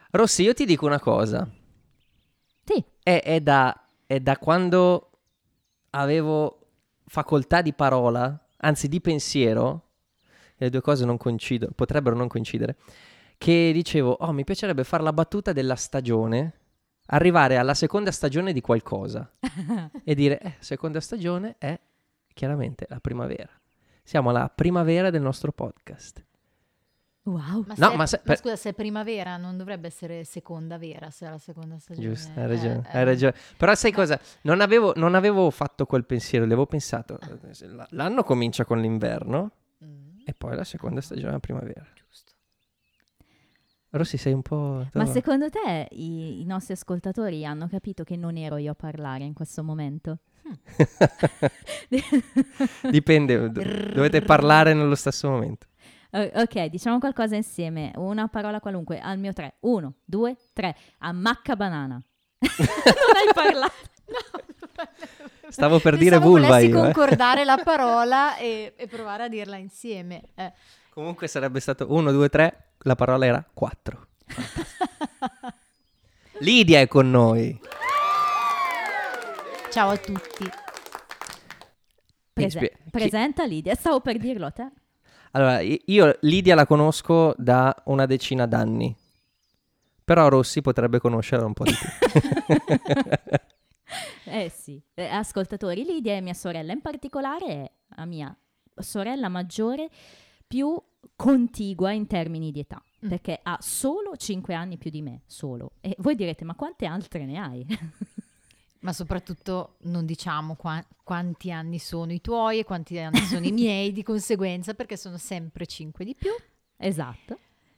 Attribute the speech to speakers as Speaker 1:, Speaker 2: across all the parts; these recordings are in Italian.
Speaker 1: Rossi, io ti dico una cosa.
Speaker 2: Sì.
Speaker 1: È da quando avevo facoltà di parola, anzi di pensiero, le due cose non coincidono, potrebbero non coincidere, che dicevo, mi piacerebbe fare la battuta della stagione, arrivare alla seconda stagione di qualcosa e dire, seconda stagione è chiaramente la primavera. Siamo alla primavera del nostro podcast.
Speaker 2: Wow.
Speaker 3: Ma scusa, se è primavera non dovrebbe essere seconda vera, se è la seconda stagione.
Speaker 1: Giusto, hai ragione. Però sai cosa? Non avevo fatto quel pensiero, l'avevo pensato. L'anno comincia con l'inverno e poi la seconda stagione è la primavera.
Speaker 3: Giusto.
Speaker 1: Rossi, sei un po'...
Speaker 2: Ma secondo te i nostri ascoltatori hanno capito che non ero io a parlare in questo momento?
Speaker 1: Dipende, dovete parlare nello stesso momento.
Speaker 2: Ok, diciamo qualcosa insieme, una parola qualunque, al mio 3. 1, 2, 3. Ammacca banana. Non hai parlato.
Speaker 3: No.
Speaker 1: Stavo per dire vulva io.
Speaker 3: Volessi concordare la parola e provare a dirla insieme.
Speaker 1: Comunque sarebbe stato 1, 2, 3, la parola era 4. Lidia è con noi.
Speaker 3: Ciao a tutti.
Speaker 2: Presenta Lidia, stavo per dirlo a te.
Speaker 1: Allora, io Lidia la conosco da una decina d'anni, però Rossi potrebbe conoscerla un po' di più.
Speaker 2: Sì, ascoltatori, Lidia è mia sorella, in particolare è la mia sorella maggiore più contigua in termini di età, perché ha solo 5 anni più di me, solo. E voi direte, ma quante altre ne hai?
Speaker 3: Ma soprattutto non diciamo quanti anni sono i tuoi e quanti anni sono i miei, di conseguenza, perché sono sempre 5 di più.
Speaker 2: Esatto.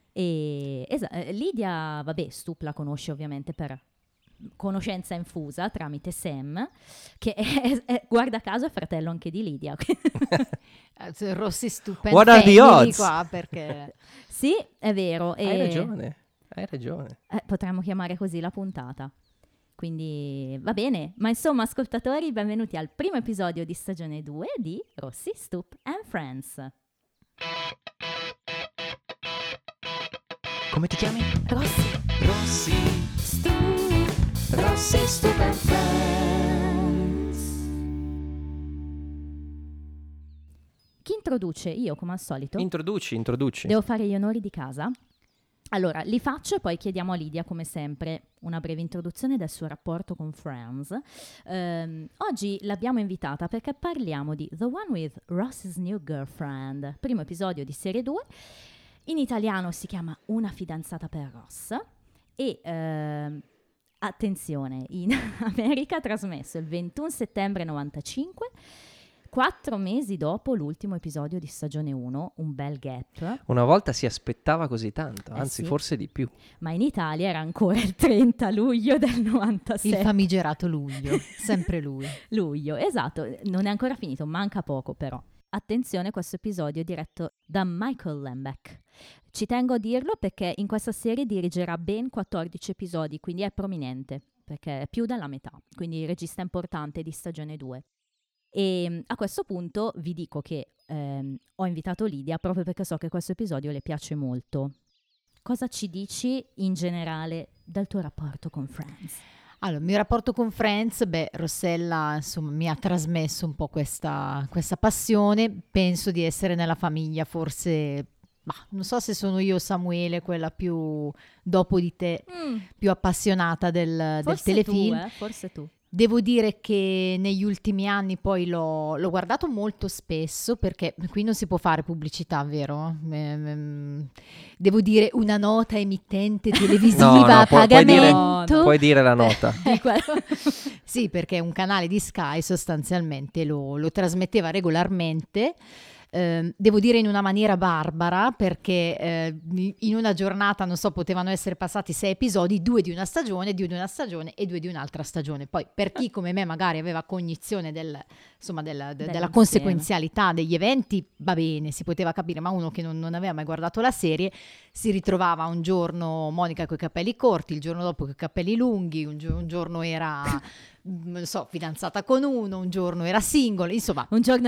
Speaker 2: Lidia, vabbè, Stup la conosce ovviamente per conoscenza infusa tramite Sam, che è, guarda caso, è fratello anche di Lidia.
Speaker 3: Rossi Stup.
Speaker 1: What are the odds?
Speaker 3: Qua perché...
Speaker 2: Sì, è vero.
Speaker 1: Hai ragione.
Speaker 2: Potremmo chiamare così la puntata. Quindi va bene, ma insomma ascoltatori, benvenuti al primo episodio di stagione 2 di Rossi, Stup and Friends.
Speaker 1: Come ti chiami?
Speaker 2: Rossi,
Speaker 1: Stup and Friends.
Speaker 2: Chi introduce? Io come al solito?
Speaker 1: Introduci.
Speaker 2: Devo fare gli onori di casa? Allora, li faccio e poi chiediamo a Lidia, come sempre, una breve introduzione del suo rapporto con Friends. Oggi l'abbiamo invitata perché parliamo di The One with Ross's New Girlfriend, primo episodio di serie 2. In italiano si chiama Una fidanzata per Ross e, attenzione, in America trasmesso il 21 settembre 95, 4 mesi dopo l'ultimo episodio di stagione 1, un bel gap.
Speaker 1: Una volta si aspettava così tanto, anzi
Speaker 2: sì.
Speaker 1: Forse di più.
Speaker 2: Ma in Italia era ancora il 30 luglio del 97.
Speaker 3: Il famigerato luglio, sempre lui.
Speaker 2: Luglio, esatto, non è ancora finito, manca poco però. Attenzione, questo episodio è diretto da Michael Lembeck. Ci tengo a dirlo perché in questa serie dirigerà ben 14 episodi, quindi è prominente, perché è più della metà, quindi regista importante di stagione 2. E a questo punto vi dico che ho invitato Lidia proprio perché so che questo episodio le piace molto. Cosa ci dici in generale del tuo rapporto con Friends?
Speaker 3: Allora, il mio rapporto con Friends, Rossella insomma mi ha trasmesso un po' questa passione. Penso di essere nella famiglia, forse, non so se sono io o Samuele quella più dopo di te, più appassionata del telefilm.
Speaker 2: Forse tu.
Speaker 3: Devo dire che negli ultimi anni poi l'ho guardato molto spesso, perché qui non si può fare pubblicità, vero? Devo dire una nota emittente televisiva a pagamento.
Speaker 1: Puoi dire la nota.
Speaker 3: Sì, perché un canale di Sky sostanzialmente lo trasmetteva regolarmente. Devo dire in una maniera barbara, perché in una giornata, non so, potevano essere passati 6 episodi, 2 di una stagione e 2 di un'altra stagione. Poi per chi come me magari aveva cognizione della conseguenzialità degli eventi, va bene, si poteva capire, ma uno che non aveva mai guardato la serie si ritrovava un giorno Monica coi capelli corti, il giorno dopo coi capelli lunghi, un giorno era non so, fidanzata con uno, un giorno era single, insomma
Speaker 2: un giorno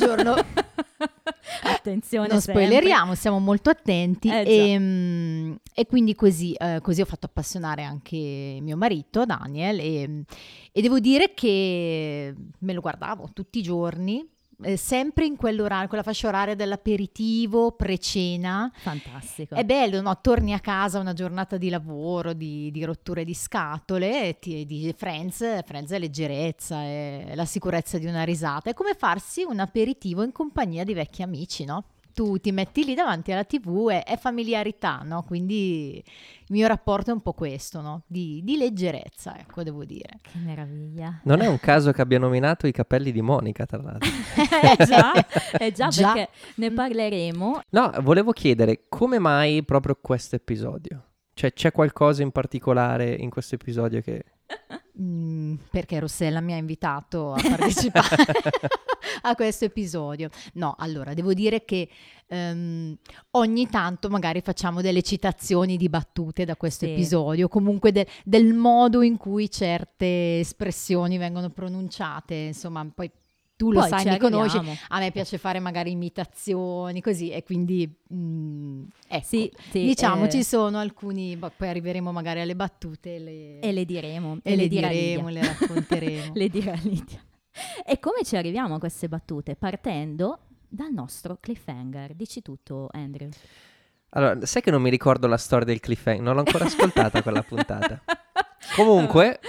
Speaker 3: attenzione, non spoileriamo, siamo molto attenti. E E quindi così ho fatto appassionare anche mio marito, Daniel, e devo dire che me lo guardavo tutti i giorni, sempre in quell'orario, quella fascia oraria dell'aperitivo, pre-cena.
Speaker 2: Fantastico.
Speaker 3: È bello, no? Torni a casa una giornata di lavoro, di rotture di scatole, e ti dici Friends è leggerezza, è la sicurezza di una risata. È come farsi un aperitivo in compagnia di vecchi amici, no? Tu ti metti lì davanti alla TV, è familiarità, no? Quindi il mio rapporto è un po' questo, no? Di leggerezza, ecco, devo dire.
Speaker 2: Che meraviglia.
Speaker 1: Non è un caso che abbia nominato i capelli di Monica, tra l'altro.
Speaker 2: Già,
Speaker 3: Già.
Speaker 2: perché ne parleremo.
Speaker 1: No, volevo chiedere come mai proprio questo episodio? Cioè, c'è qualcosa in particolare in questo episodio che...
Speaker 3: Perché Rossella mi ha invitato a partecipare a questo episodio. No, allora, devo dire che ogni tanto magari facciamo delle citazioni di battute da questo
Speaker 2: Sì.
Speaker 3: episodio, comunque del modo in cui certe espressioni vengono pronunciate, insomma, poi tu lo
Speaker 2: Poi
Speaker 3: sai,
Speaker 2: ci
Speaker 3: mi conosci,
Speaker 2: arriviamo.
Speaker 3: a me piace fare magari imitazioni, così, e quindi ecco.
Speaker 2: Sì,
Speaker 3: Diciamo, ci sono alcuni, poi arriveremo magari alle battute
Speaker 2: e le diremo.
Speaker 3: e le
Speaker 2: dirà
Speaker 3: diremo,
Speaker 2: Lidia.
Speaker 3: le racconteremo.
Speaker 2: Le dirà Lidia. E come ci arriviamo a queste battute? Partendo dal nostro cliffhanger. Dici tutto, Andrew.
Speaker 1: Allora, sai che non mi ricordo la storia del cliffhanger? Non l'ho ancora ascoltata quella puntata. Comunque,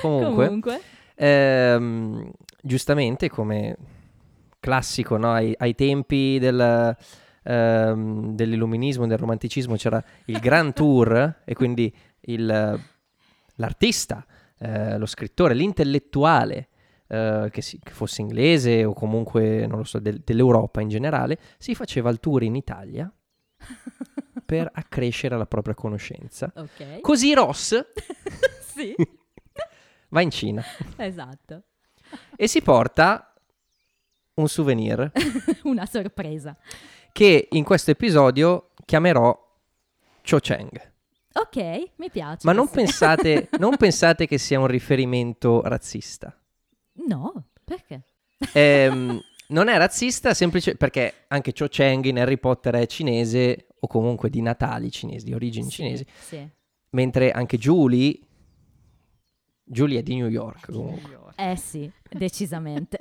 Speaker 1: giustamente come classico, no? Ai tempi dell'illuminismo, del romanticismo c'era il Grand Tour e quindi l'artista, lo scrittore, l'intellettuale, che fosse inglese o comunque, non lo so, dell'Europa in generale, si faceva il tour in Italia per accrescere la propria conoscenza.
Speaker 2: Ok.
Speaker 1: Così Ross
Speaker 2: Sì,
Speaker 1: va in Cina
Speaker 2: esatto.
Speaker 1: e si porta un souvenir
Speaker 2: Una sorpresa.
Speaker 1: che in questo episodio chiamerò Cho Cheng.
Speaker 2: Ok, mi piace.
Speaker 1: Ma non
Speaker 2: questo.
Speaker 1: pensate che sia un riferimento razzista.
Speaker 2: No, perché?
Speaker 1: Non è razzista semplice perché anche Cho Cheng in Harry Potter è cinese o comunque di natali cinesi, di origini cinesi,
Speaker 2: Sì.
Speaker 1: mentre anche Julie è di New York comunque.
Speaker 2: Sì, decisamente.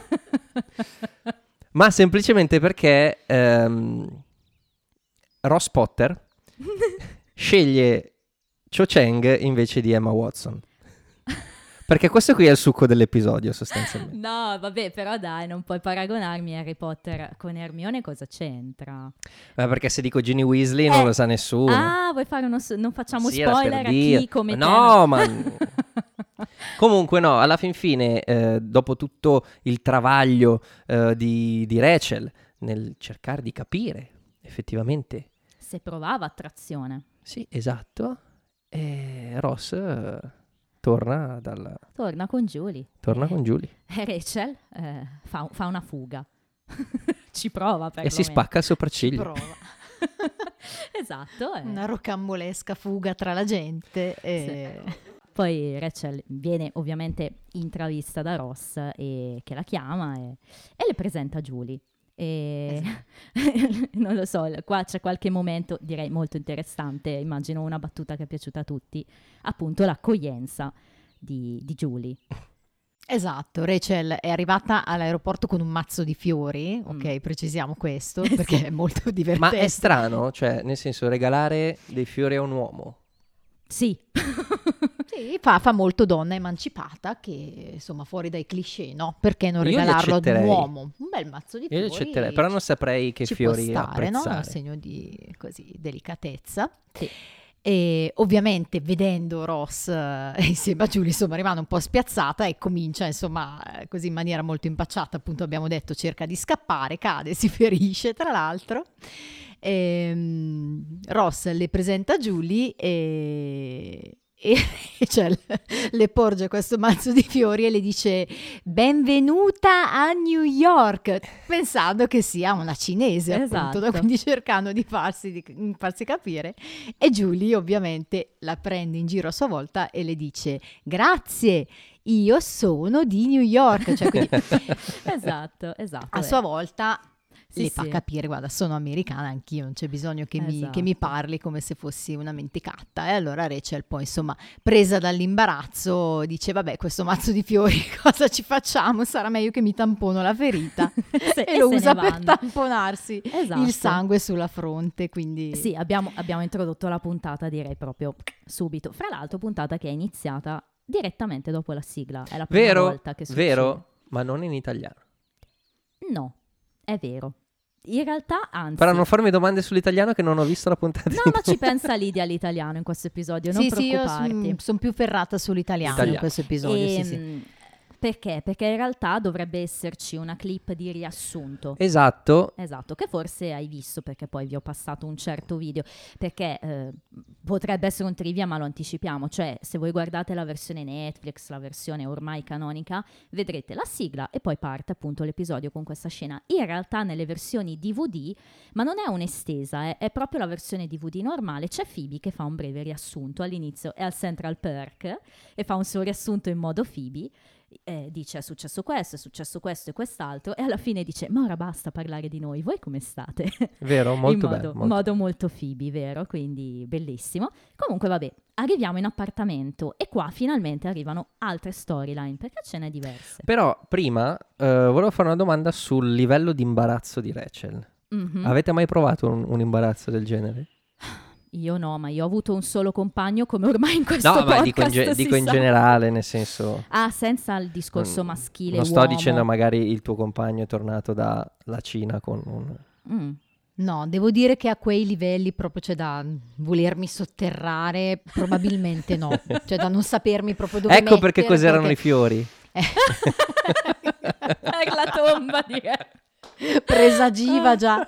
Speaker 1: Ma semplicemente perché Ross Potter sceglie Cho Cheng invece di Emma Watson. Perché questo qui è il succo dell'episodio sostanzialmente.
Speaker 2: No, vabbè, però dai, non puoi paragonarmi Harry Potter con Hermione, cosa c'entra?
Speaker 1: Ma perché se dico Ginny Weasley non lo sa nessuno.
Speaker 2: Ah, vuoi fare non facciamo
Speaker 1: Sì, era
Speaker 2: spoiler
Speaker 1: per
Speaker 2: a
Speaker 1: dire.
Speaker 2: chi come te.
Speaker 1: No, ma... Comunque no, alla fin fine, dopo tutto il travaglio di Rachel nel cercare di capire effettivamente...
Speaker 2: Se provava attrazione.
Speaker 1: Sì, esatto. E Ross torna
Speaker 2: Torna con Julie.
Speaker 1: con Julie.
Speaker 2: E Rachel fa una fuga. Ci prova per
Speaker 1: E si spacca il sopracciglio.
Speaker 3: Prova.
Speaker 2: Esatto.
Speaker 3: Una rocambolesca fuga tra la gente.
Speaker 2: Poi Rachel viene ovviamente intravista da Ross che la chiama e le presenta Julie. E non lo so, qua c'è qualche momento direi molto interessante, immagino una battuta che è piaciuta a tutti, appunto l'accoglienza di Julie.
Speaker 3: Esatto, Rachel è arrivata all'aeroporto con un mazzo di fiori, ok, precisiamo questo, perché è molto divertente.
Speaker 1: Ma è strano, cioè, nel senso, regalare dei fiori a un uomo.
Speaker 2: Sì.
Speaker 3: Sì, fa molto donna emancipata che, insomma, fuori dai cliché, no? Perché non
Speaker 1: Io li
Speaker 3: regalarlo ad un
Speaker 1: accetterei.
Speaker 3: uomo? Un bel mazzo di
Speaker 1: Io
Speaker 3: fiori.
Speaker 1: li accetterei, però non saprei che
Speaker 3: ci
Speaker 1: fiori
Speaker 3: può stare, no?
Speaker 1: apprezzare.
Speaker 3: Un segno di, così, delicatezza.
Speaker 2: Sì.
Speaker 3: E ovviamente vedendo Ross insieme a Julie, insomma, rimane un po' spiazzata e comincia, insomma, così in maniera molto impacciata, appunto abbiamo detto, cerca di scappare, cade, si ferisce tra l'altro. Ross le presenta Julie e cioè, le porge questo mazzo di fiori e le dice benvenuta a New York, pensando che sia una cinese, appunto,
Speaker 2: Esatto.
Speaker 3: quindi cercando di farsi capire, e Julie ovviamente la prende in giro a sua volta e le dice grazie, io sono di New York, cioè, quindi
Speaker 2: Esatto.
Speaker 3: a sua volta
Speaker 2: Sì,
Speaker 3: le fa
Speaker 2: sì.
Speaker 3: capire, guarda, sono americana anch'io, non c'è bisogno che mi
Speaker 2: Esatto.
Speaker 3: parli come se fossi una mentecatta. E allora Rachel poi, insomma, presa dall'imbarazzo, dice, vabbè, questo mazzo di fiori cosa ci facciamo? Sarà meglio che mi tampono la ferita. E lo
Speaker 2: se
Speaker 3: usa
Speaker 2: ne
Speaker 3: per
Speaker 2: vanno.
Speaker 3: tamponarsi
Speaker 2: Esatto.
Speaker 3: il sangue sulla fronte, quindi...
Speaker 2: Sì, abbiamo introdotto la puntata, direi proprio subito. Fra l'altro, puntata che è iniziata direttamente dopo la sigla. È la prima volta che succede.
Speaker 1: Vero, ma non in italiano.
Speaker 2: No, è vero. In realtà, anzi...
Speaker 1: Però non farmi domande sull'italiano che non ho visto la puntata.
Speaker 2: No, ma ci pensa Lidia all'italiano in questo episodio, non
Speaker 3: Sì,
Speaker 2: preoccuparti.
Speaker 3: io sono più ferrata sull'italiano in
Speaker 1: Italiano.
Speaker 3: questo episodio, sì.
Speaker 2: Perché? Perché in realtà dovrebbe esserci una clip di riassunto.
Speaker 1: Esatto.
Speaker 2: Esatto, che forse hai visto perché poi vi ho passato un certo video, perché potrebbe essere un trivia ma lo anticipiamo, cioè se voi guardate la versione Netflix, la versione ormai canonica, vedrete la sigla e poi parte appunto l'episodio con questa scena. In realtà nelle versioni DVD, ma non è un'estesa, è proprio la versione DVD normale, c'è Phoebe che fa un breve riassunto, all'inizio è al Central Perk e fa un suo riassunto in modo Phoebe. Dice è successo questo e quest'altro e alla fine dice ma ora basta parlare di noi, voi come state?
Speaker 1: Vero, molto
Speaker 2: in
Speaker 1: bello.
Speaker 2: modo molto Phoebe, vero? Quindi bellissimo. Comunque vabbè, arriviamo in appartamento e qua finalmente arrivano altre storyline perché ce n'è diverse.
Speaker 1: Però prima volevo fare una domanda sul livello di imbarazzo di Rachel.
Speaker 2: Mhm.
Speaker 1: Avete mai provato un imbarazzo del genere?
Speaker 2: Io no, ma io ho avuto un solo compagno come ormai in questo
Speaker 1: No, ma
Speaker 2: podcast
Speaker 1: dico in
Speaker 2: sa.
Speaker 1: generale, nel senso...
Speaker 2: Ah, senza il discorso maschile
Speaker 1: Non sto
Speaker 2: uomo.
Speaker 1: dicendo magari il tuo compagno è tornato dalla Cina con un...
Speaker 2: Mm.
Speaker 3: No, devo dire che a quei livelli proprio c'è da volermi sotterrare, probabilmente no, cioè da non sapermi proprio dove
Speaker 1: Ecco perché
Speaker 3: mettere,
Speaker 1: cos'erano
Speaker 3: perché-
Speaker 1: i fiori.
Speaker 2: Per la tomba, direi.
Speaker 3: Presagiva già.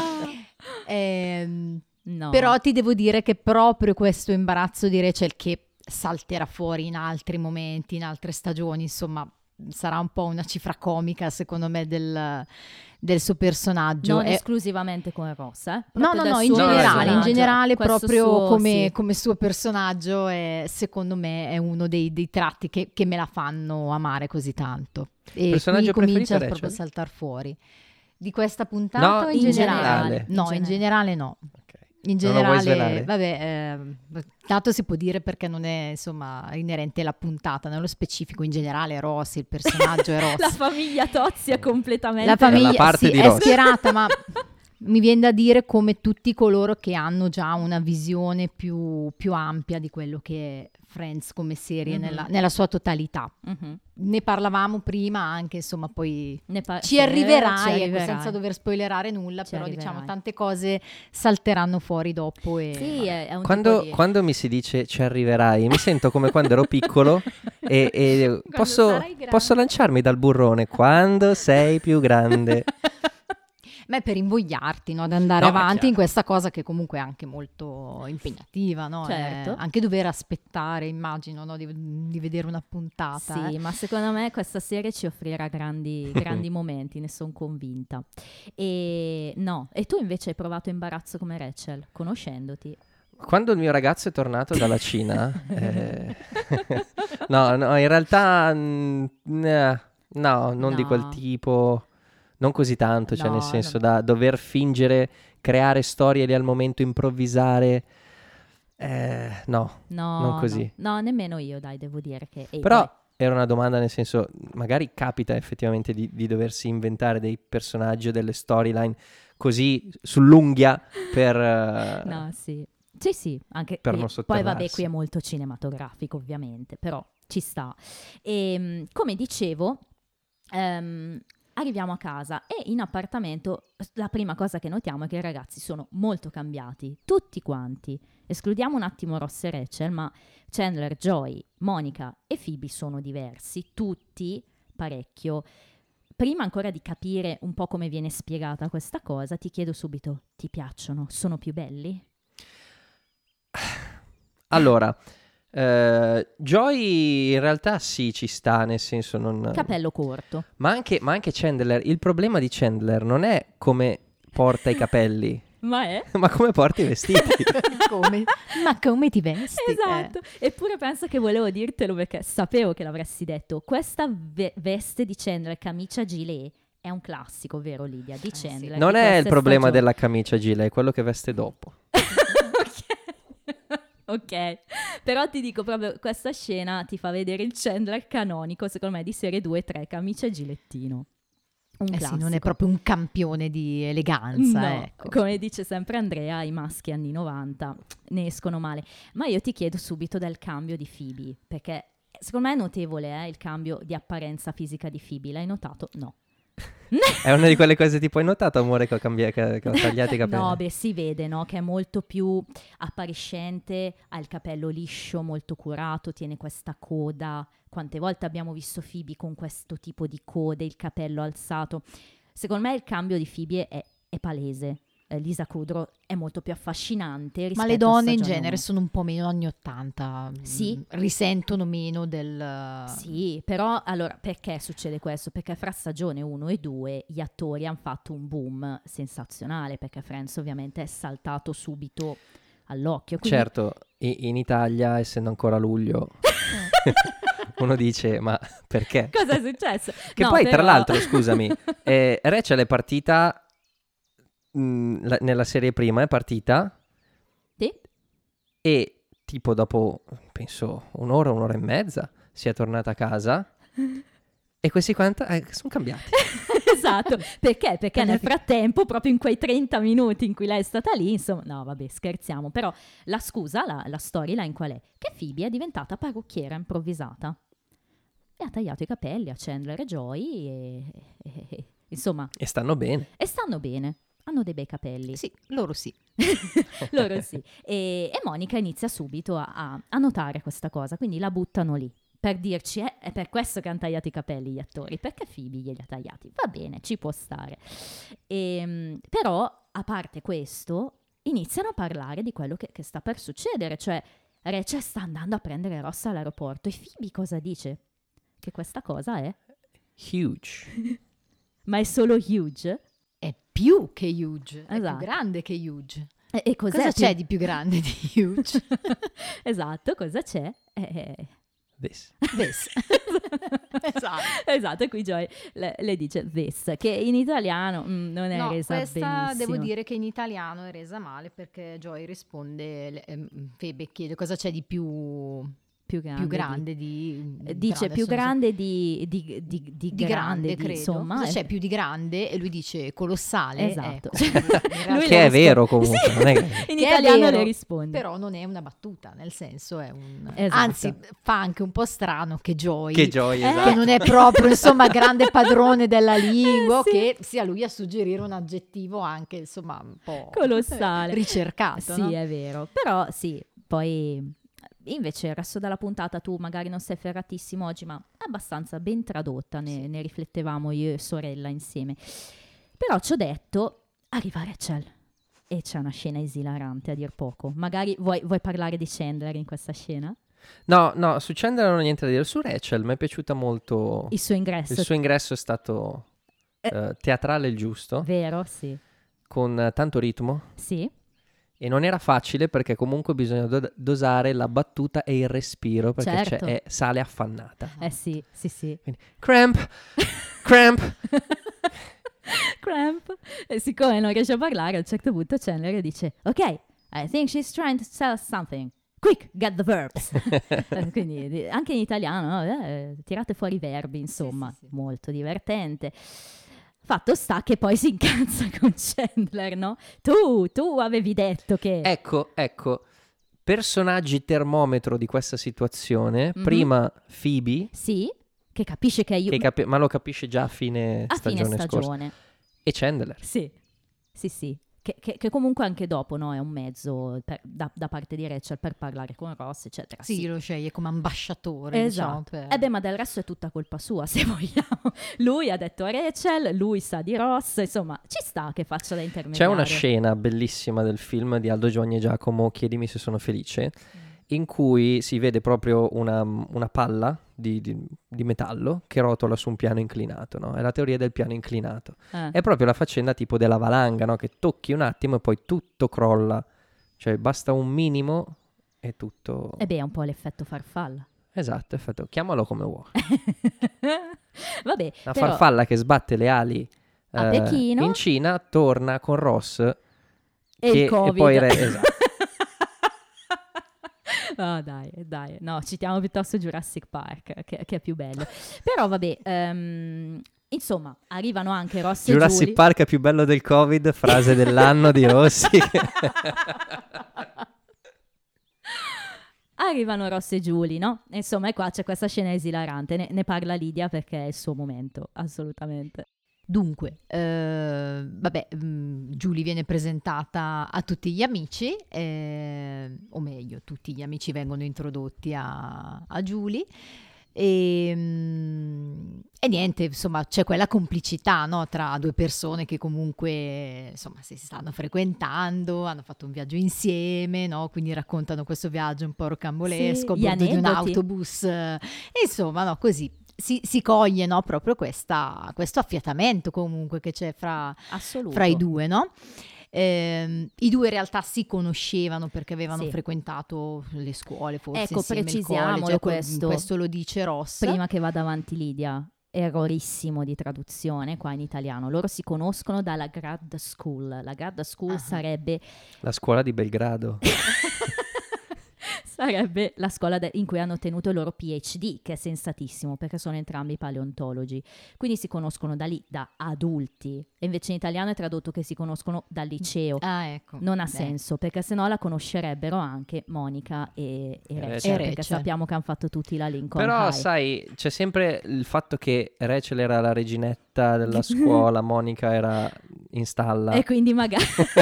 Speaker 2: No.
Speaker 3: Però ti devo dire che proprio questo imbarazzo di Rachel che salterà fuori in altri momenti, in altre stagioni, insomma, sarà un po' una cifra comica secondo me del suo personaggio.
Speaker 2: Non esclusivamente con Ross,
Speaker 3: No,
Speaker 2: proprio del
Speaker 3: in
Speaker 2: suo
Speaker 3: generale,
Speaker 2: personaggio. Questo
Speaker 3: proprio
Speaker 2: suo-
Speaker 3: come,
Speaker 2: sì.
Speaker 3: come suo personaggio, secondo me è uno dei tratti che me la fanno amare così tanto. E
Speaker 1: Personaggio
Speaker 3: qui comincia
Speaker 1: preferito,
Speaker 3: proprio a
Speaker 1: Rachel?
Speaker 3: saltare fuori. Di questa puntata
Speaker 1: No,
Speaker 3: o
Speaker 2: in generale?
Speaker 3: No, in generale no.
Speaker 1: Ok.
Speaker 3: In
Speaker 1: Non lo vuoi
Speaker 3: generale,
Speaker 1: svelare?
Speaker 3: vabbè, tanto si può dire perché non è insomma inerente alla puntata, nello specifico in generale Ross, il personaggio è Ross.
Speaker 2: La famiglia Tozzi è completamente...
Speaker 3: La famiglia
Speaker 1: Dalla parte
Speaker 3: sì,
Speaker 1: di
Speaker 3: è
Speaker 1: Ross.
Speaker 3: schierata, ma mi viene da dire come tutti coloro che hanno già una visione più ampia di quello che è Friends come serie nella sua totalità.
Speaker 2: Mhm.
Speaker 3: Ne parlavamo prima anche, insomma, poi ci
Speaker 2: Sì,
Speaker 3: arriverai,
Speaker 2: ci
Speaker 3: ecco,
Speaker 2: arriverai.
Speaker 3: senza dover spoilerare nulla,
Speaker 2: Ci
Speaker 3: però
Speaker 2: arriverai.
Speaker 3: diciamo tante cose salteranno fuori dopo. E,
Speaker 2: Sì,
Speaker 3: vabbè.
Speaker 2: è un tipo di...
Speaker 1: Quando mi si dice ci arriverai, mi sento come quando ero piccolo e
Speaker 3: sarai grande.
Speaker 1: posso lanciarmi dal burrone quando sei più grande.
Speaker 3: Ma è per invogliarti, no, ad andare
Speaker 1: No, è
Speaker 3: avanti
Speaker 1: chiaro.
Speaker 3: in questa cosa che comunque è anche molto impegnativa, no?
Speaker 2: Certo.
Speaker 3: Anche dover aspettare, immagino, no, di vedere una puntata.
Speaker 2: Sì, ma secondo me questa serie ci offrirà grandi momenti, ne sono convinta. E no, e tu invece hai provato imbarazzo come Rachel, conoscendoti.
Speaker 1: Quando il mio ragazzo è tornato dalla Cina, no, in realtà no, non di quel
Speaker 2: No.
Speaker 1: tipo, non così tanto, cioè
Speaker 2: No,
Speaker 1: nel senso
Speaker 2: no.
Speaker 1: da dover fingere, creare storie lì al momento, improvvisare, no,
Speaker 2: No,
Speaker 1: non così.
Speaker 2: No, nemmeno io, dai, devo dire che... e
Speaker 1: Però
Speaker 2: poi-
Speaker 1: era una domanda nel senso, magari capita effettivamente di doversi inventare dei personaggi o delle storyline così sull'unghia per...
Speaker 2: No, sì. Sì, sì, anche
Speaker 1: Per
Speaker 2: qui.
Speaker 1: non
Speaker 2: Poi vabbè,
Speaker 1: sotterrarsi.
Speaker 2: qui è molto cinematografico, ovviamente, però ci sta. E come dicevo, arriviamo a casa e in appartamento la prima cosa che notiamo è che i ragazzi sono molto cambiati, tutti quanti. Escludiamo un attimo Ross e Rachel, ma Chandler, Joey, Monica e Phoebe sono diversi, tutti parecchio. Prima ancora di capire un po' come viene spiegata questa cosa, ti chiedo subito, ti piacciono? Sono più belli?
Speaker 1: Allora, Joy in realtà sì, ci sta, nel senso non...
Speaker 2: Capello corto.
Speaker 1: Ma anche Chandler, il problema di Chandler non è come porta i capelli,
Speaker 2: Ma è?
Speaker 1: ma come porta i vestiti.
Speaker 3: Come? Ma come ti vesti?
Speaker 2: Esatto. Eppure penso che volevo dirtelo perché sapevo che l'avresti detto. Questa veste di Chandler, camicia gilet, è un classico, vero Lidia? Di
Speaker 3: sì.
Speaker 2: Chandler.
Speaker 1: Non
Speaker 2: di
Speaker 1: è il
Speaker 2: queste
Speaker 1: problema
Speaker 2: stagioni.
Speaker 1: della camicia Gila, è quello che veste dopo.
Speaker 2: Ok, però ti dico proprio, questa scena ti fa vedere il Chandler canonico, secondo me, di serie 2-3, camicia e gilettino. Un
Speaker 3: sì,
Speaker 2: classico.
Speaker 3: non è proprio un campione di eleganza,
Speaker 2: No,
Speaker 3: ecco.
Speaker 2: come dice sempre Andrea, i maschi anni 90 ne escono male. Ma io ti chiedo subito del cambio di Phoebe, perché secondo me è notevole il cambio di apparenza fisica di Phoebe. L'hai notato? No.
Speaker 1: È una di quelle cose tipo, hai notato, amore, che ho tagliato i capelli?
Speaker 2: No, beh, si vede, no? Che è molto più appariscente, ha il capello liscio, molto curato, tiene questa coda. Quante volte abbiamo visto Phoebe con questo tipo di code, il capello alzato? Secondo me il cambio di Phoebe è palese. Lisa Kudrow è molto più affascinante rispetto
Speaker 3: Ma le
Speaker 2: a
Speaker 3: donne in
Speaker 2: stagione
Speaker 3: genere
Speaker 2: uno.
Speaker 3: sono un po' meno anni 80,
Speaker 2: Sì.
Speaker 3: risentono meno del...
Speaker 2: Sì, però allora perché succede questo? Perché fra stagione 1 e 2 gli attori hanno fatto un boom sensazionale, perché Friends ovviamente è saltato subito all'occhio. Quindi...
Speaker 1: Certo, in Italia, essendo ancora luglio, uno dice, ma perché?
Speaker 2: Cosa è successo?
Speaker 1: Che
Speaker 2: No,
Speaker 1: poi, tra
Speaker 2: però-
Speaker 1: l'altro, scusami, Rachel è partita, nella serie prima è partita,
Speaker 2: Sì?
Speaker 1: e tipo dopo, penso, un'ora e mezza, si è tornata a casa, e questi quanti sono cambiati.
Speaker 2: Esatto, perché? Perché nel frattempo, proprio in quei 30 minuti in cui lei è stata lì, insomma, no vabbè scherziamo, però la scusa, la storyline qual è? Che Phoebe è diventata parrucchiera improvvisata e ha tagliato i capelli a Chandler e Joy insomma,
Speaker 1: E stanno bene.
Speaker 2: e stanno bene, hanno dei bei capelli.
Speaker 3: Sì, loro sì.
Speaker 2: Loro sì. E Monica inizia subito a notare questa cosa, quindi la buttano lì. Per dirci, è per questo che hanno tagliato i capelli gli attori, perché Phoebe glieli ha tagliati. Va bene, ci può stare. Però, a parte questo, iniziano a parlare di quello che sta per succedere, cioè Rachel sta andando a prendere Ross all'aeroporto e Phoebe cosa dice? Che questa cosa è...
Speaker 1: Huge.
Speaker 2: Ma è solo huge?
Speaker 3: È più che huge, è
Speaker 2: Esatto.
Speaker 3: più grande che huge.
Speaker 2: E cos'è
Speaker 3: Cosa
Speaker 2: più-
Speaker 3: c'è di più grande di huge?
Speaker 2: Esatto, cosa c'è?
Speaker 1: This.
Speaker 3: This. Esatto.
Speaker 2: Esatto, e qui Joy le dice this, che in italiano non è
Speaker 3: No,
Speaker 2: resa
Speaker 3: questa
Speaker 2: benissimo.
Speaker 3: devo dire che in italiano è resa male perché Joy risponde, Phoebe chiede cosa c'è di più grande di...
Speaker 2: dice
Speaker 3: però
Speaker 2: più
Speaker 3: adesso
Speaker 2: grande di
Speaker 3: di grande, credo.
Speaker 2: insomma.
Speaker 3: Cosa c'è più di grande? E lui dice colossale.
Speaker 2: Esatto.
Speaker 3: Ecco. In realtà-
Speaker 2: Lui
Speaker 1: Che
Speaker 2: le
Speaker 1: è
Speaker 2: risponde-
Speaker 1: vero comunque,
Speaker 2: Sì,
Speaker 1: non è che-
Speaker 2: in
Speaker 3: Che è
Speaker 2: italiano
Speaker 3: vero,
Speaker 2: le risponde.
Speaker 3: Però non è una battuta, nel senso è un...
Speaker 2: Esatto.
Speaker 3: Anzi, fa anche un po' strano che Joy...
Speaker 1: Che Joy,
Speaker 2: Eh,
Speaker 1: esatto.
Speaker 3: che non è proprio, insomma, grande padrone della lingua,
Speaker 2: Sì.
Speaker 3: che sia lui a suggerire un aggettivo anche, insomma, un po'
Speaker 2: Colossale.
Speaker 3: ricercato,
Speaker 2: Sì,
Speaker 3: no?
Speaker 2: è vero. Però sì, poi invece il resto della puntata tu magari non sei ferratissimo oggi, ma è abbastanza ben tradotta, ne riflettevamo io e sorella insieme. Però ci ho detto, arriva Rachel e c'è una scena esilarante a dir poco. Magari vuoi parlare di Chandler in questa scena?
Speaker 1: No, su Chandler non ho niente da dire. Su Rachel mi è piaciuta molto.
Speaker 2: Il suo ingresso.
Speaker 1: Il suo ingresso è stato teatrale il giusto,
Speaker 2: Vero? Sì.
Speaker 1: con tanto ritmo.
Speaker 2: Sì.
Speaker 1: E non era facile perché comunque bisogna dosare la battuta e il respiro perché
Speaker 2: Certo.
Speaker 1: sale affannata.
Speaker 2: Sì.
Speaker 1: Quindi, cramp.
Speaker 2: Cramp. E siccome non riesce a parlare, a un certo punto Chandler dice ok, I think she's trying to tell us something. Quick, get the verbs. Quindi anche in italiano, no? Tirate fuori i verbi, insomma,
Speaker 3: sì.
Speaker 2: molto divertente. Fatto sta che poi si incazza con Chandler, no? Tu avevi detto che...
Speaker 1: Ecco, personaggi termometro di questa situazione.
Speaker 2: Mhm.
Speaker 1: Prima Phoebe,
Speaker 2: Sì, che capisce che è io...
Speaker 1: ma lo capisce già a fine
Speaker 2: a fine
Speaker 1: stagione scorsa.
Speaker 2: stagione.
Speaker 1: E Chandler.
Speaker 2: Sì. Che comunque anche dopo, no? È un mezzo da parte di Rachel per parlare con Ross, eccetera.
Speaker 3: Sì, lo sceglie come ambasciatore, diciamo,
Speaker 2: Esatto.
Speaker 3: per...
Speaker 2: Beh, ma del resto è tutta colpa sua, se vogliamo. Lui ha detto a Rachel, lui sa di Ross, insomma, ci sta che faccia da
Speaker 1: C'è
Speaker 2: intermediario.
Speaker 1: una scena bellissima del film di Aldo Giovanni e Giacomo, Chiedimi se sono felice, in cui si vede proprio una palla di metallo che rotola su un piano inclinato, no? È la teoria del piano inclinato. È proprio la faccenda tipo della valanga, no? Che tocchi un attimo e poi tutto crolla. Cioè basta un minimo e tutto...
Speaker 2: E beh, è un po' l'effetto farfalla.
Speaker 1: Esatto, effetto, chiamalo come vuoi.
Speaker 2: Vabbè,
Speaker 1: La
Speaker 2: però
Speaker 1: farfalla che sbatte le ali
Speaker 2: a Pechino
Speaker 1: in Cina torna con Ross
Speaker 2: e
Speaker 1: che
Speaker 2: il Covid.
Speaker 1: e poi esatto.
Speaker 2: Oh, dai, no, citiamo piuttosto Jurassic Park, che è più bello. Però vabbè, insomma, arrivano anche Ross e
Speaker 1: Jurassic
Speaker 2: Julie.
Speaker 1: Park è più bello del Covid, frase dell'anno di Rossi.
Speaker 2: Arrivano Ross e Julie, no? E insomma, e qua c'è questa scena esilarante, ne parla Lidia perché è il suo momento, assolutamente.
Speaker 3: Dunque, Julie viene presentata a tutti gli amici, o meglio, tutti gli amici vengono introdotti a Julie. E niente, insomma, c'è quella complicità, no, tra due persone che comunque, insomma, si stanno frequentando, hanno fatto un viaggio insieme, no? Quindi raccontano questo viaggio un po' rocambolesco,
Speaker 2: Sì,
Speaker 3: a bordo
Speaker 2: gli
Speaker 3: di un
Speaker 2: aneddoti.
Speaker 3: autobus, e insomma, no, così. Si coglie, no, proprio questo affiatamento comunque che c'è fra i due, no? I due in realtà si conoscevano perché avevano
Speaker 2: Sì.
Speaker 3: frequentato le scuole, forse
Speaker 2: Ecco,
Speaker 3: insieme, il
Speaker 2: precisiamolo
Speaker 3: college,
Speaker 2: questo
Speaker 3: lo dice Ross.
Speaker 2: Prima che vada avanti Lidia, errorissimo di traduzione qua in italiano. Loro si conoscono dalla grad school. La grad school sarebbe
Speaker 1: La scuola di Belgrado.
Speaker 2: sarebbe la scuola in cui hanno ottenuto il loro PhD, che è sensatissimo perché sono entrambi paleontologi. Quindi si conoscono da lì, da adulti. E invece in italiano è tradotto che si conoscono dal liceo.
Speaker 3: Ah, ecco.
Speaker 2: Non ha senso, perché sennò la conoscerebbero anche Monica e Rachel, perché
Speaker 3: Rachel.
Speaker 2: sappiamo che hanno fatto tutti la Lincoln
Speaker 1: Però
Speaker 2: High.
Speaker 1: sai, c'è sempre il fatto che Rachel era la reginetta della scuola, Monica era in stalla.
Speaker 2: E quindi magari...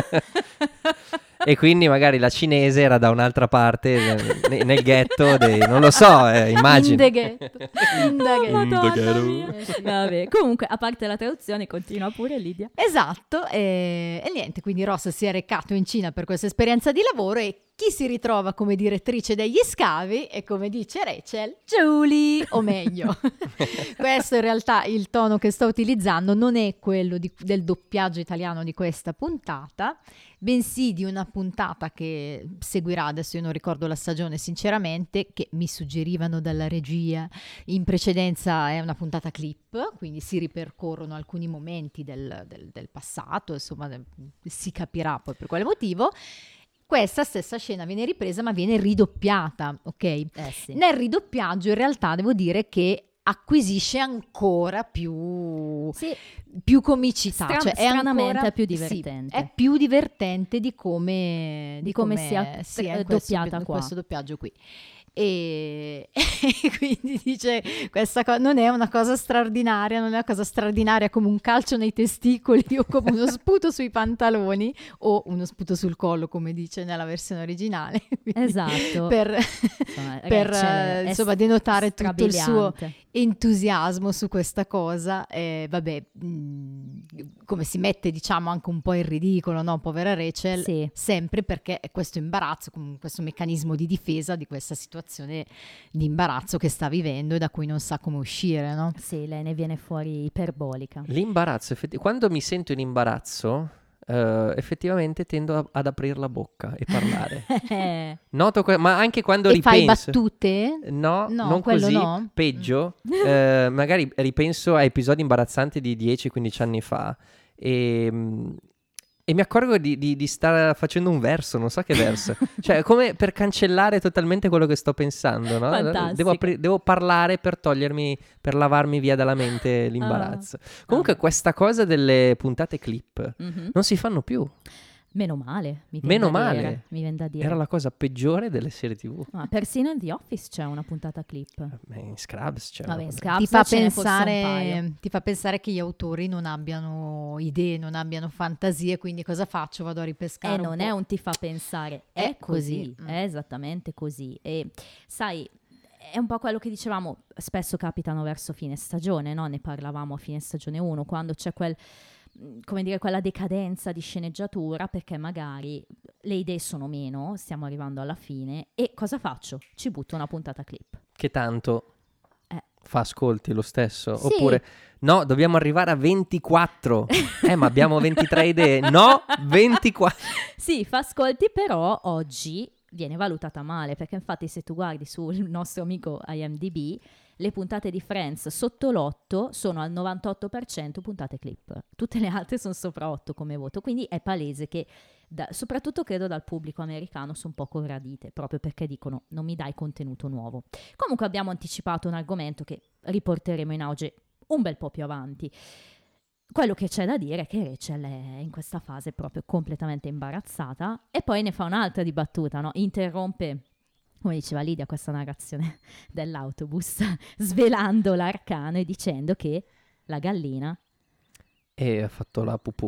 Speaker 1: E quindi magari la cinese era da un'altra parte nel ghetto non lo so, immagino.
Speaker 3: In the ghetto.
Speaker 2: Madonna mia. Vabbè, comunque, a parte la traduzione, continua pure Lidia.
Speaker 3: Esatto, e niente, quindi Ross si è recato in Cina per questa esperienza di lavoro e chi si ritrova come direttrice degli scavi e come dice Rachel, Julie, o meglio. Questo in realtà il tono che sto utilizzando non è quello del doppiaggio italiano di questa puntata, bensì di una puntata che seguirà, adesso io non ricordo la stagione sinceramente, che mi suggerivano dalla regia. In precedenza è una puntata clip, quindi si ripercorrono alcuni momenti del passato, insomma si capirà poi per quale motivo. Questa stessa scena viene ripresa ma viene ridoppiata, ok?
Speaker 2: Sì.
Speaker 3: Nel ridoppiaggio in realtà devo dire che acquisisce ancora più comicità, cioè è
Speaker 2: stranamente
Speaker 3: ancora,
Speaker 2: è più divertente.
Speaker 3: Sì, è più divertente di come
Speaker 2: sia doppiata qua.
Speaker 3: questo doppiaggio qui. E quindi dice questa cosa non è una cosa straordinaria, non è una cosa straordinaria come un calcio nei testicoli o come uno sputo sui pantaloni o uno sputo sul collo come dice nella versione originale. Quindi
Speaker 2: esatto,
Speaker 3: per insomma denotare tutto il suo entusiasmo su questa cosa. Come si mette diciamo anche un po' in ridicolo, no? Povera Rachel,
Speaker 2: sì.
Speaker 3: sempre perché è questo imbarazzo, questo meccanismo di difesa di questa situazione di imbarazzo che sta vivendo e da cui non sa come uscire, no?
Speaker 2: Sì, lei ne viene fuori iperbolica.
Speaker 1: L'imbarazzo, quando mi sento in imbarazzo, effettivamente tendo ad aprire la bocca e parlare. Noto ma anche quando ripenso.
Speaker 3: E fai battute?
Speaker 1: No,
Speaker 3: No,
Speaker 1: non
Speaker 3: quello
Speaker 1: così,
Speaker 3: no.
Speaker 1: peggio. Magari ripenso a episodi imbarazzanti di 10-15 anni fa e mi accorgo di stare facendo un verso, non so che verso. Cioè, come per cancellare totalmente quello che sto pensando, no?
Speaker 2: Fantastico.
Speaker 1: Devo parlare per per lavarmi via dalla mente l'imbarazzo. Comunque questa cosa delle puntate clip non si fanno più.
Speaker 2: Meno male, mi viene da dire.
Speaker 1: Era la cosa peggiore delle serie TV.
Speaker 2: Persino in The Office c'è una puntata clip.
Speaker 1: In Scrubs c'è.
Speaker 2: Vabbè, in Scrubs
Speaker 3: Ti fa
Speaker 2: ce ne fosse un paio.
Speaker 3: pensare che gli autori non abbiano idee, non abbiano fantasie, quindi cosa faccio? Vado a ripescare
Speaker 2: Non è un ti fa pensare, è così,
Speaker 3: così.
Speaker 2: è esattamente così. E sai, è un po' quello che dicevamo, spesso capitano verso fine stagione, no? Ne parlavamo a fine stagione 1, quando c'è quella decadenza di sceneggiatura, perché magari le idee sono meno, stiamo arrivando alla fine, e cosa faccio? Ci butto una puntata clip.
Speaker 1: Che tanto fa ascolti lo stesso.
Speaker 2: Sì.
Speaker 1: Oppure, no, dobbiamo arrivare a 24. Ma abbiamo 23 idee. No, 24.
Speaker 2: Sì, fa ascolti, però oggi viene valutata male, perché infatti se tu guardi sul nostro amico IMDb, le puntate di Friends sotto l'8 sono al 98% puntate clip. Tutte le altre sono sopra 8 come voto, quindi è palese che, soprattutto credo dal pubblico americano, sono poco gradite, proprio perché dicono non mi dai contenuto nuovo. Comunque abbiamo anticipato un argomento che riporteremo in auge un bel po' più avanti. Quello che c'è da dire è che Rachel è in questa fase proprio completamente imbarazzata, e poi ne fa un'altra di battuta, no? Interrompe, come diceva Lidia, questa narrazione dell'autobus, svelando l'arcano e dicendo che la gallina...
Speaker 1: E ha fatto la pupù.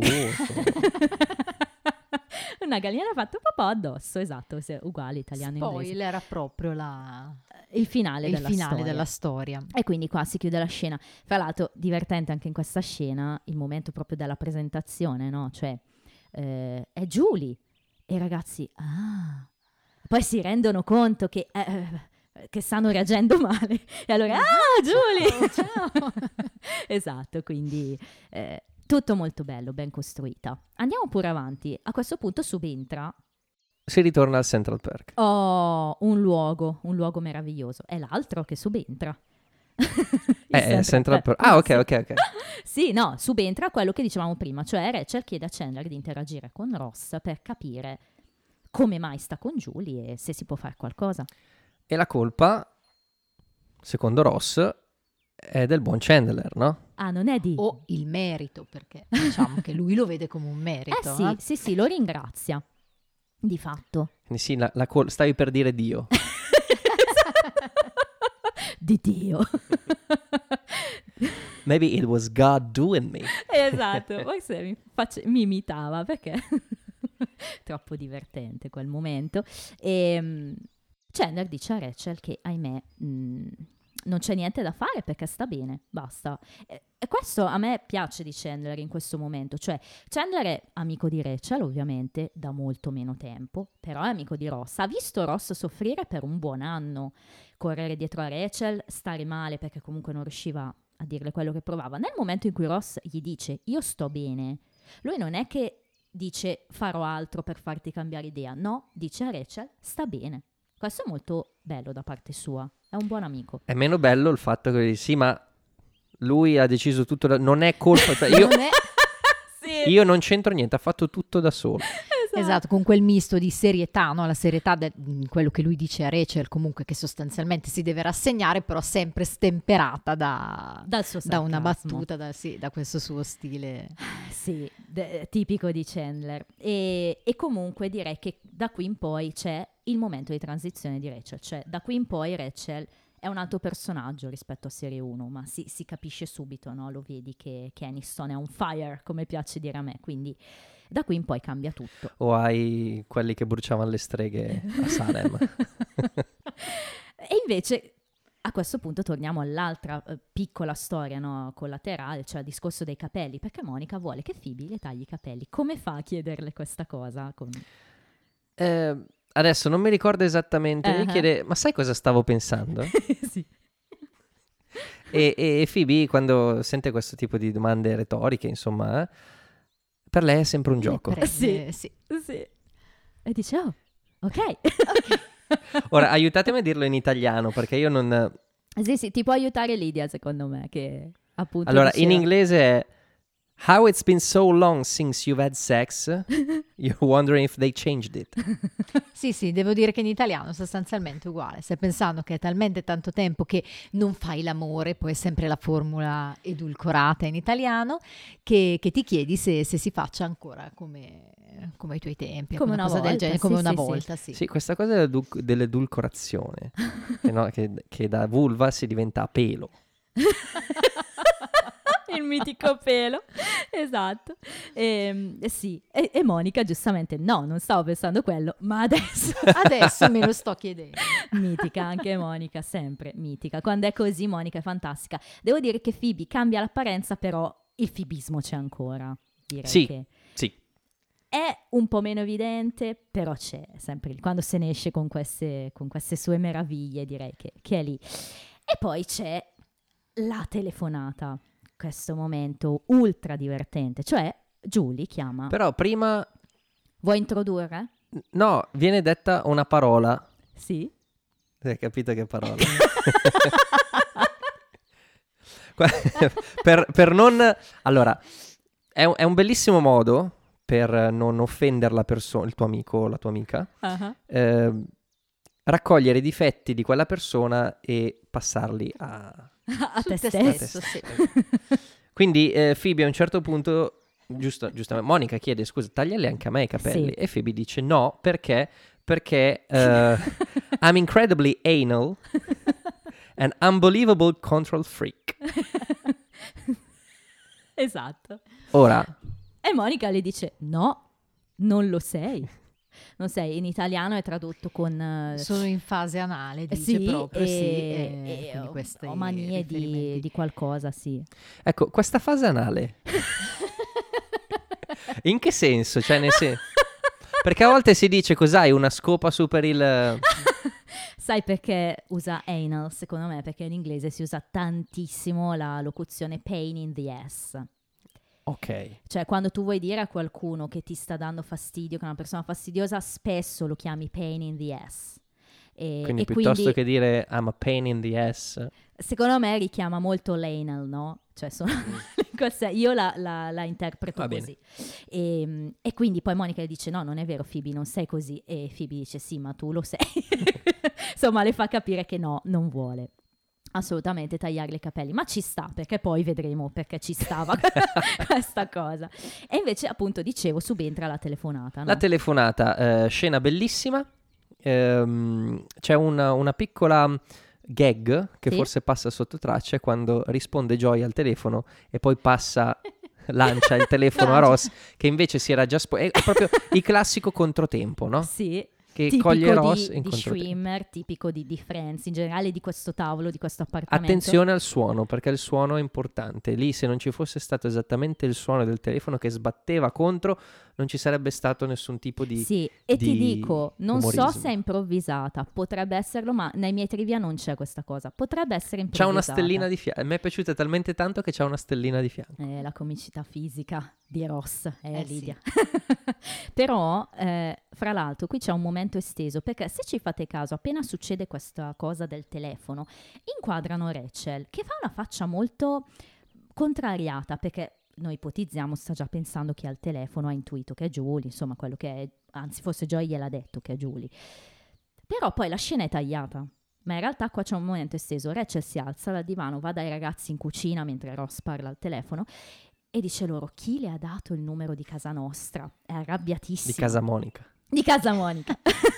Speaker 2: Una gallina ha fatto papà addosso, esatto, uguale italiano inglese.
Speaker 3: Spoiler, era proprio
Speaker 2: il finale
Speaker 3: della storia.
Speaker 2: E quindi qua si chiude la scena. Fra l'altro, divertente anche in questa scena il momento proprio della presentazione, no? Cioè, è Julie. E i ragazzi, poi si rendono conto che stanno reagendo male. E allora, Julie!
Speaker 3: Ciao!
Speaker 2: Esatto, quindi... tutto molto bello, ben costruita. Andiamo pure avanti. A questo punto subentra...
Speaker 1: Si ritorna al Central Park.
Speaker 2: Oh, un luogo meraviglioso. È l'altro che subentra.
Speaker 1: Central Park. Ah, ok.
Speaker 2: Sì, no, subentra quello che dicevamo prima, cioè Rachel chiede a Chandler di interagire con Ross per capire come mai sta con Julie e se si può fare qualcosa.
Speaker 1: E la colpa, secondo Ross, è del buon Chandler, no?
Speaker 2: Ah, non è di...
Speaker 3: O il merito, perché diciamo che lui lo vede come un merito.
Speaker 2: Sì, lo ringrazia, di fatto.
Speaker 1: Quindi sì, stavi per dire Dio.
Speaker 2: Di Dio.
Speaker 1: Maybe it was God doing me.
Speaker 2: Esatto, forse mi imitava, perché troppo divertente quel momento. E Chandler dice a Rachel che, ahimè, non c'è niente da fare perché sta bene, basta. E questo a me piace di Chandler in questo momento, cioè Chandler è amico di Rachel ovviamente da molto meno tempo, però è amico di Ross, ha visto Ross soffrire per un buon anno, correre dietro a Rachel, stare male perché comunque non riusciva a dirle quello che provava. Nel momento in cui Ross gli dice io sto bene, lui non è che dice farò altro per farti cambiare idea, no, dice a Rachel sta bene. Questo è molto bello da parte sua, è un buon amico.
Speaker 1: È meno bello il fatto che sì, ma lui ha deciso tutto, non è colpa, cioè io,
Speaker 2: Sì.
Speaker 1: io non c'entro niente, ha fatto tutto da solo.
Speaker 3: Esatto, con quel misto di serietà, no? La serietà quello che lui dice a Rachel, comunque, che sostanzialmente si deve rassegnare, però sempre stemperata
Speaker 2: dal suo
Speaker 3: da una
Speaker 2: sarcasmo.
Speaker 3: battuta, da questo suo stile.
Speaker 2: Sì, tipico di Chandler. E comunque direi che da qui in poi c'è il momento di transizione di Rachel, cioè da qui in poi Rachel è un altro personaggio rispetto a serie 1, ma si capisce subito, no? Lo vedi che Aniston è on fire, come piace dire a me, quindi da qui in poi cambia tutto.
Speaker 1: O hai quelli che bruciavano le streghe a Salem.
Speaker 2: E invece a questo punto torniamo all'altra piccola storia, no, collaterale, cioè il discorso dei capelli, perché Monica vuole che Phoebe le tagli i capelli. Come fa a chiederle questa cosa?
Speaker 1: Adesso non mi ricordo esattamente, mi chiede, ma sai cosa stavo pensando?
Speaker 2: Sì.
Speaker 1: E Phoebe, quando sente questo tipo di domande retoriche, insomma, per lei è sempre un gioco.
Speaker 2: Sì. E dice, oh, ok.
Speaker 1: Ora, aiutatemi a dirlo in italiano, perché io non...
Speaker 2: Sì, ti può aiutare Lidia, secondo me, che appunto
Speaker 1: Allora,
Speaker 2: diceva...
Speaker 1: in inglese è How it's been so long since you've had sex, you're wondering if they changed it.
Speaker 3: Sì, devo dire che in italiano sostanzialmente è uguale. Stai pensando che è talmente tanto tempo che non fai l'amore, poi è sempre la formula edulcorata in italiano, che ti chiedi se si faccia ancora come ai tuoi tempi,
Speaker 2: come una
Speaker 3: cosa
Speaker 2: volta,
Speaker 3: del genere, come una volta, sì.
Speaker 1: Sì, questa cosa dell'edulcorazione, che da vulva si diventa a pelo.
Speaker 2: Il mitico pelo, esatto. Sì, e Monica giustamente no, non stavo pensando quello, ma
Speaker 3: adesso me lo sto chiedendo.
Speaker 2: Mitica anche Monica, sempre mitica. Quando è così Monica è fantastica. Devo dire che Phoebe cambia l'apparenza, però il fibismo c'è ancora, direi.
Speaker 1: Sì.
Speaker 2: È un po' meno evidente, però c'è sempre lì. Quando se ne esce con queste sue meraviglie, direi che è lì. E poi c'è la telefonata, questo momento ultra divertente, cioè Julie chiama...
Speaker 1: Però prima...
Speaker 2: Vuoi introdurre?
Speaker 1: No, viene detta una parola.
Speaker 2: Sì.
Speaker 1: Hai capito che parola? per non... Allora, è un bellissimo modo per non offendere la persona, il tuo amico o la tua amica, raccogliere i difetti di quella persona e passarli a
Speaker 2: te
Speaker 3: te
Speaker 2: stesso.
Speaker 3: sì.
Speaker 1: Quindi Phoebe a un certo punto, giustamente, Monica chiede scusa, tagliali anche a me i capelli.
Speaker 2: Sì.
Speaker 1: E Phoebe dice no, perché I'm incredibly anal and unbelievable control freak.
Speaker 2: Esatto.
Speaker 1: Ora,
Speaker 2: E Monica le dice no, non lo sei. Non sei, in italiano è tradotto con...
Speaker 3: Sono in fase anale, dice
Speaker 2: sì,
Speaker 3: proprio,
Speaker 2: e
Speaker 3: quindi questi
Speaker 2: ho manie
Speaker 3: riferimenti.
Speaker 2: di qualcosa, sì.
Speaker 1: ecco, questa fase anale, in che senso? Cioè, nel senso... Perché a volte si dice cos'hai, una scopa su per il...
Speaker 2: Sai perché usa anal, secondo me? Perché in inglese si usa tantissimo la locuzione pain in the ass.
Speaker 1: Ok.
Speaker 2: Cioè, quando tu vuoi dire a qualcuno che ti sta dando fastidio, che è una persona fastidiosa, spesso lo chiami pain in the ass.
Speaker 1: Quindi piuttosto che dire I'm a pain in the ass.
Speaker 2: Secondo me richiama molto l'anal, no? Cioè, io la interpreto
Speaker 1: Va bene.
Speaker 2: così. E quindi poi Monica le dice no, non è vero Phoebe, non sei così. E Phoebe dice sì, ma tu lo sei. Insomma, le fa capire che no, non vuole assolutamente tagliarle i capelli, ma ci sta, perché poi vedremo perché ci stava questa cosa. E invece, appunto, dicevo, subentra la telefonata, no?
Speaker 1: La telefonata, scena bellissima, c'è una piccola gag che
Speaker 2: Sì.
Speaker 1: forse passa sotto traccia quando risponde Joy al telefono e poi lancia il telefono a Ross, che invece si era già è proprio il classico controtempo, no?
Speaker 2: Sì.
Speaker 1: Che
Speaker 2: Tipico
Speaker 1: coglie Ross in
Speaker 2: di
Speaker 1: controtempo.
Speaker 2: Schwimmer, tipico di Friends, in generale di questo tavolo, di questo appartamento.
Speaker 1: Attenzione al suono, perché il suono è importante. Lì, se non ci fosse stato esattamente il suono del telefono che sbatteva contro, non ci sarebbe stato nessun tipo di
Speaker 2: Sì, e ti
Speaker 1: di
Speaker 2: dico, non
Speaker 1: umorismo.
Speaker 2: so se è improvvisata, potrebbe esserlo, ma nei miei trivia non c'è questa cosa. Potrebbe essere
Speaker 1: C'ha
Speaker 2: improvvisata.
Speaker 1: una stellina di fianco. A me è piaciuta talmente tanto che c'ha una stellina di fianco.
Speaker 2: La comicità fisica di Ross, Lidia.
Speaker 3: Sì.
Speaker 2: Però, fra l'altro, qui c'è un momento esteso, perché se ci fate caso, appena succede questa cosa del telefono, inquadrano Rachel, che fa una faccia molto contrariata, perché noi ipotizziamo, sta già pensando che al telefono ha intuito che è Julie, insomma, quello che è, anzi, forse Joy gliel'ha detto che è Julie. Però poi la scena è tagliata. Ma in realtà qua c'è un momento esteso. Rachel si alza dal divano, va dai ragazzi in cucina mentre Ross parla al telefono e dice loro: chi le ha dato il numero di casa nostra? È arrabbiatissima.
Speaker 1: Di casa Monica.
Speaker 2: Di casa Monica.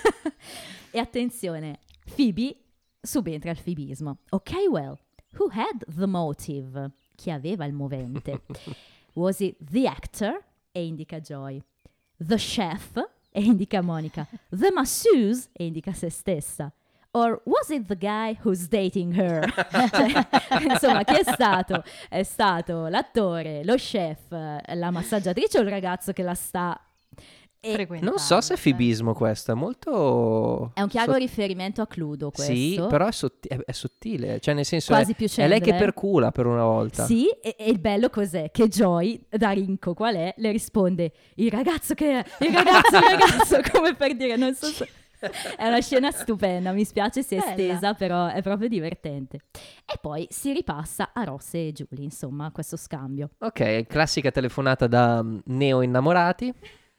Speaker 2: E attenzione, Phoebe subentra il fibismo. Ok, well, who had the motive? Chi aveva il movente? Was it the actor? E indica Joy. The chef? E indica Monica. The masseuse? E indica se stessa. Or was it the guy who's dating her? Cioè, insomma, chi è stato? È stato l'attore, lo chef, la massaggiatrice o il ragazzo che la sta...
Speaker 1: Non so se è fibismo questo, è molto...
Speaker 2: È un chiaro riferimento a Cluedo questo.
Speaker 1: Sì, però è sottile, cioè nel senso
Speaker 2: Quasi più
Speaker 1: è lei che
Speaker 2: Chandler.
Speaker 1: percula per una volta.
Speaker 2: Sì, e il bello cos'è? Che Joy, da rinco qual è, le risponde il ragazzo, come per dire, non so se... È una scena stupenda, mi spiace se è
Speaker 3: Bella.
Speaker 2: estesa, però è proprio divertente. E poi si ripassa a Ross e Julie, insomma, questo scambio.
Speaker 1: Ok, classica telefonata da neo innamorati.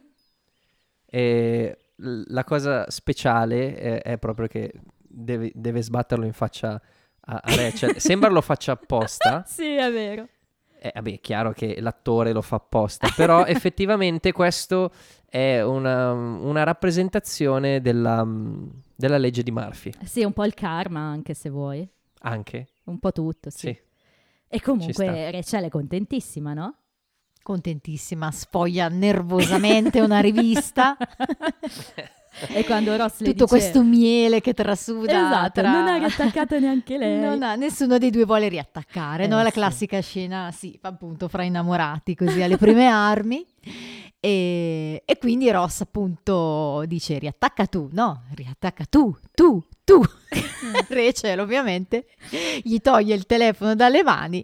Speaker 1: E la cosa speciale è proprio che deve sbatterlo in faccia a Rachel. Sembra lo faccia apposta.
Speaker 2: Sì, è vero.
Speaker 1: Vabbè, è chiaro che l'attore lo fa apposta, però effettivamente questo è una rappresentazione della legge di Murphy.
Speaker 2: Sì, un po' il karma anche se vuoi.
Speaker 1: Anche?
Speaker 2: Un po' tutto, sì.
Speaker 1: Sì.
Speaker 2: E
Speaker 1: Ci sta.
Speaker 2: comunque Rachel è contentissima, no?
Speaker 3: Contentissima, sfoglia nervosamente una rivista.
Speaker 2: E quando Ross le
Speaker 3: Tutto
Speaker 2: dice...
Speaker 3: questo miele che trasuda.
Speaker 2: Esatto, non ha riattaccato neanche lei.
Speaker 3: Nessuno dei due vuole riattaccare, no? La
Speaker 2: sì.
Speaker 3: classica scena, sì, appunto, fra innamorati, così alle prime armi. E quindi Ross appunto dice: riattacca tu, no, riattacca tu. Rachel ovviamente gli toglie il telefono dalle mani e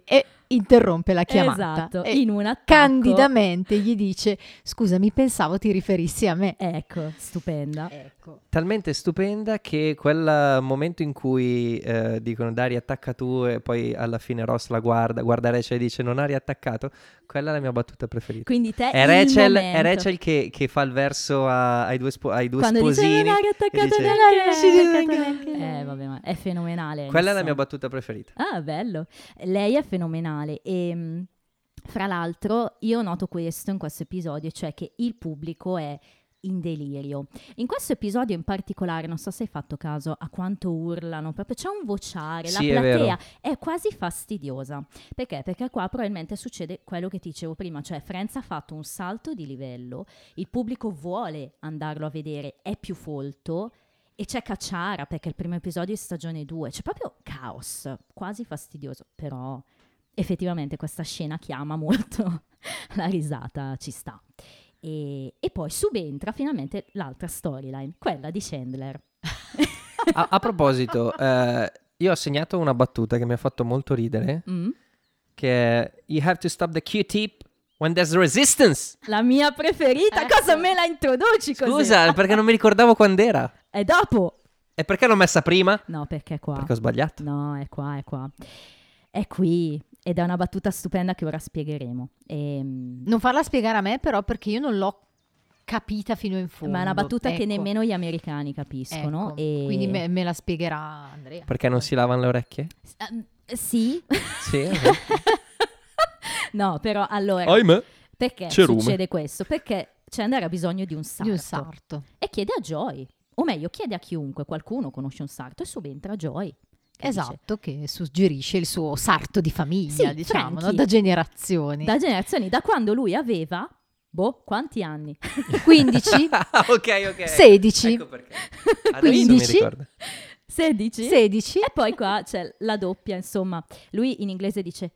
Speaker 3: interrompe la chiamata.
Speaker 2: Esatto,
Speaker 3: e
Speaker 2: in un attacco.
Speaker 3: candidamente gli dice: scusami, pensavo ti riferissi a me.
Speaker 2: Ecco, stupenda.
Speaker 3: Ecco.
Speaker 1: Talmente stupenda che quel momento in cui dicono dai riattacca tu e poi alla fine Ross la guarda Rachel e dice non ha riattaccato, quella è la mia battuta preferita.
Speaker 2: Quindi te
Speaker 1: È Rachel che fa il verso ai due
Speaker 2: quando
Speaker 1: sposini.
Speaker 2: dice non ha riattaccato
Speaker 1: e dice,
Speaker 2: neanche. Vabbè, ma è fenomenale.
Speaker 1: quella è la
Speaker 2: insomma.
Speaker 1: mia battuta preferita.
Speaker 2: Ah, bello. Lei è fenomenale e fra l'altro io noto questo in questo episodio, cioè che il pubblico è in delirio. In questo episodio in particolare, non so se hai fatto caso a quanto urlano, proprio c'è un vociare,
Speaker 1: Sì,
Speaker 2: la
Speaker 1: è vero.
Speaker 2: platea è quasi fastidiosa. Perché? Perché qua probabilmente succede quello che ti dicevo prima, cioè Friends ha fatto un salto di livello, il pubblico vuole andarlo a vedere, è più folto. E c'è cacciara perché il primo episodio è stagione 2, c'è proprio caos, quasi fastidioso, però effettivamente questa scena chiama molto, la risata ci sta. E poi subentra finalmente l'altra storyline, quella di Chandler.
Speaker 1: A proposito, io ho segnato una battuta che mi ha fatto molto ridere, che è You have to stop the Q-tip when there's resistance.
Speaker 2: La mia preferita, cosa me la introduci così?
Speaker 1: Scusa, perché non mi ricordavo quando era.
Speaker 2: È dopo?
Speaker 1: E perché l'ho messa prima?
Speaker 2: No, perché è qua.
Speaker 1: Perché ho sbagliato.
Speaker 2: No, è qua. È qui. Ed è una battuta stupenda che ora spiegheremo.
Speaker 3: Non farla spiegare a me, però, perché io non l'ho capita fino in fondo.
Speaker 2: Ma è una battuta che
Speaker 3: Ecco.
Speaker 2: nemmeno gli americani capiscono.
Speaker 3: Ecco.
Speaker 2: E...
Speaker 3: Quindi me la spiegherà Andrea.
Speaker 1: Perché non si lavano le orecchie?
Speaker 2: Sì.
Speaker 1: Sì, ok.
Speaker 2: No, però allora...
Speaker 1: Ahimè.
Speaker 2: Perché
Speaker 1: C'è rume.
Speaker 2: succede questo? Perché Chandler ha bisogno di un sarto.
Speaker 3: Di un sarto.
Speaker 2: E chiede a Joy. O meglio, chiede a chiunque. Qualcuno conosce un sarto e subentra Joy. Che
Speaker 3: Esatto, che suggerisce il suo sarto di famiglia,
Speaker 2: Sì,
Speaker 3: diciamo, no?
Speaker 2: Frankie.
Speaker 3: Da generazioni.
Speaker 2: Da generazioni, da quando lui aveva... quanti anni?
Speaker 3: 15?
Speaker 1: ok.
Speaker 3: 16?
Speaker 1: Ecco perché. Adesso
Speaker 3: 15?
Speaker 1: mi ricordo.
Speaker 2: 16?
Speaker 3: 16?
Speaker 2: E poi qua c'è la doppia, insomma. Lui in inglese dice...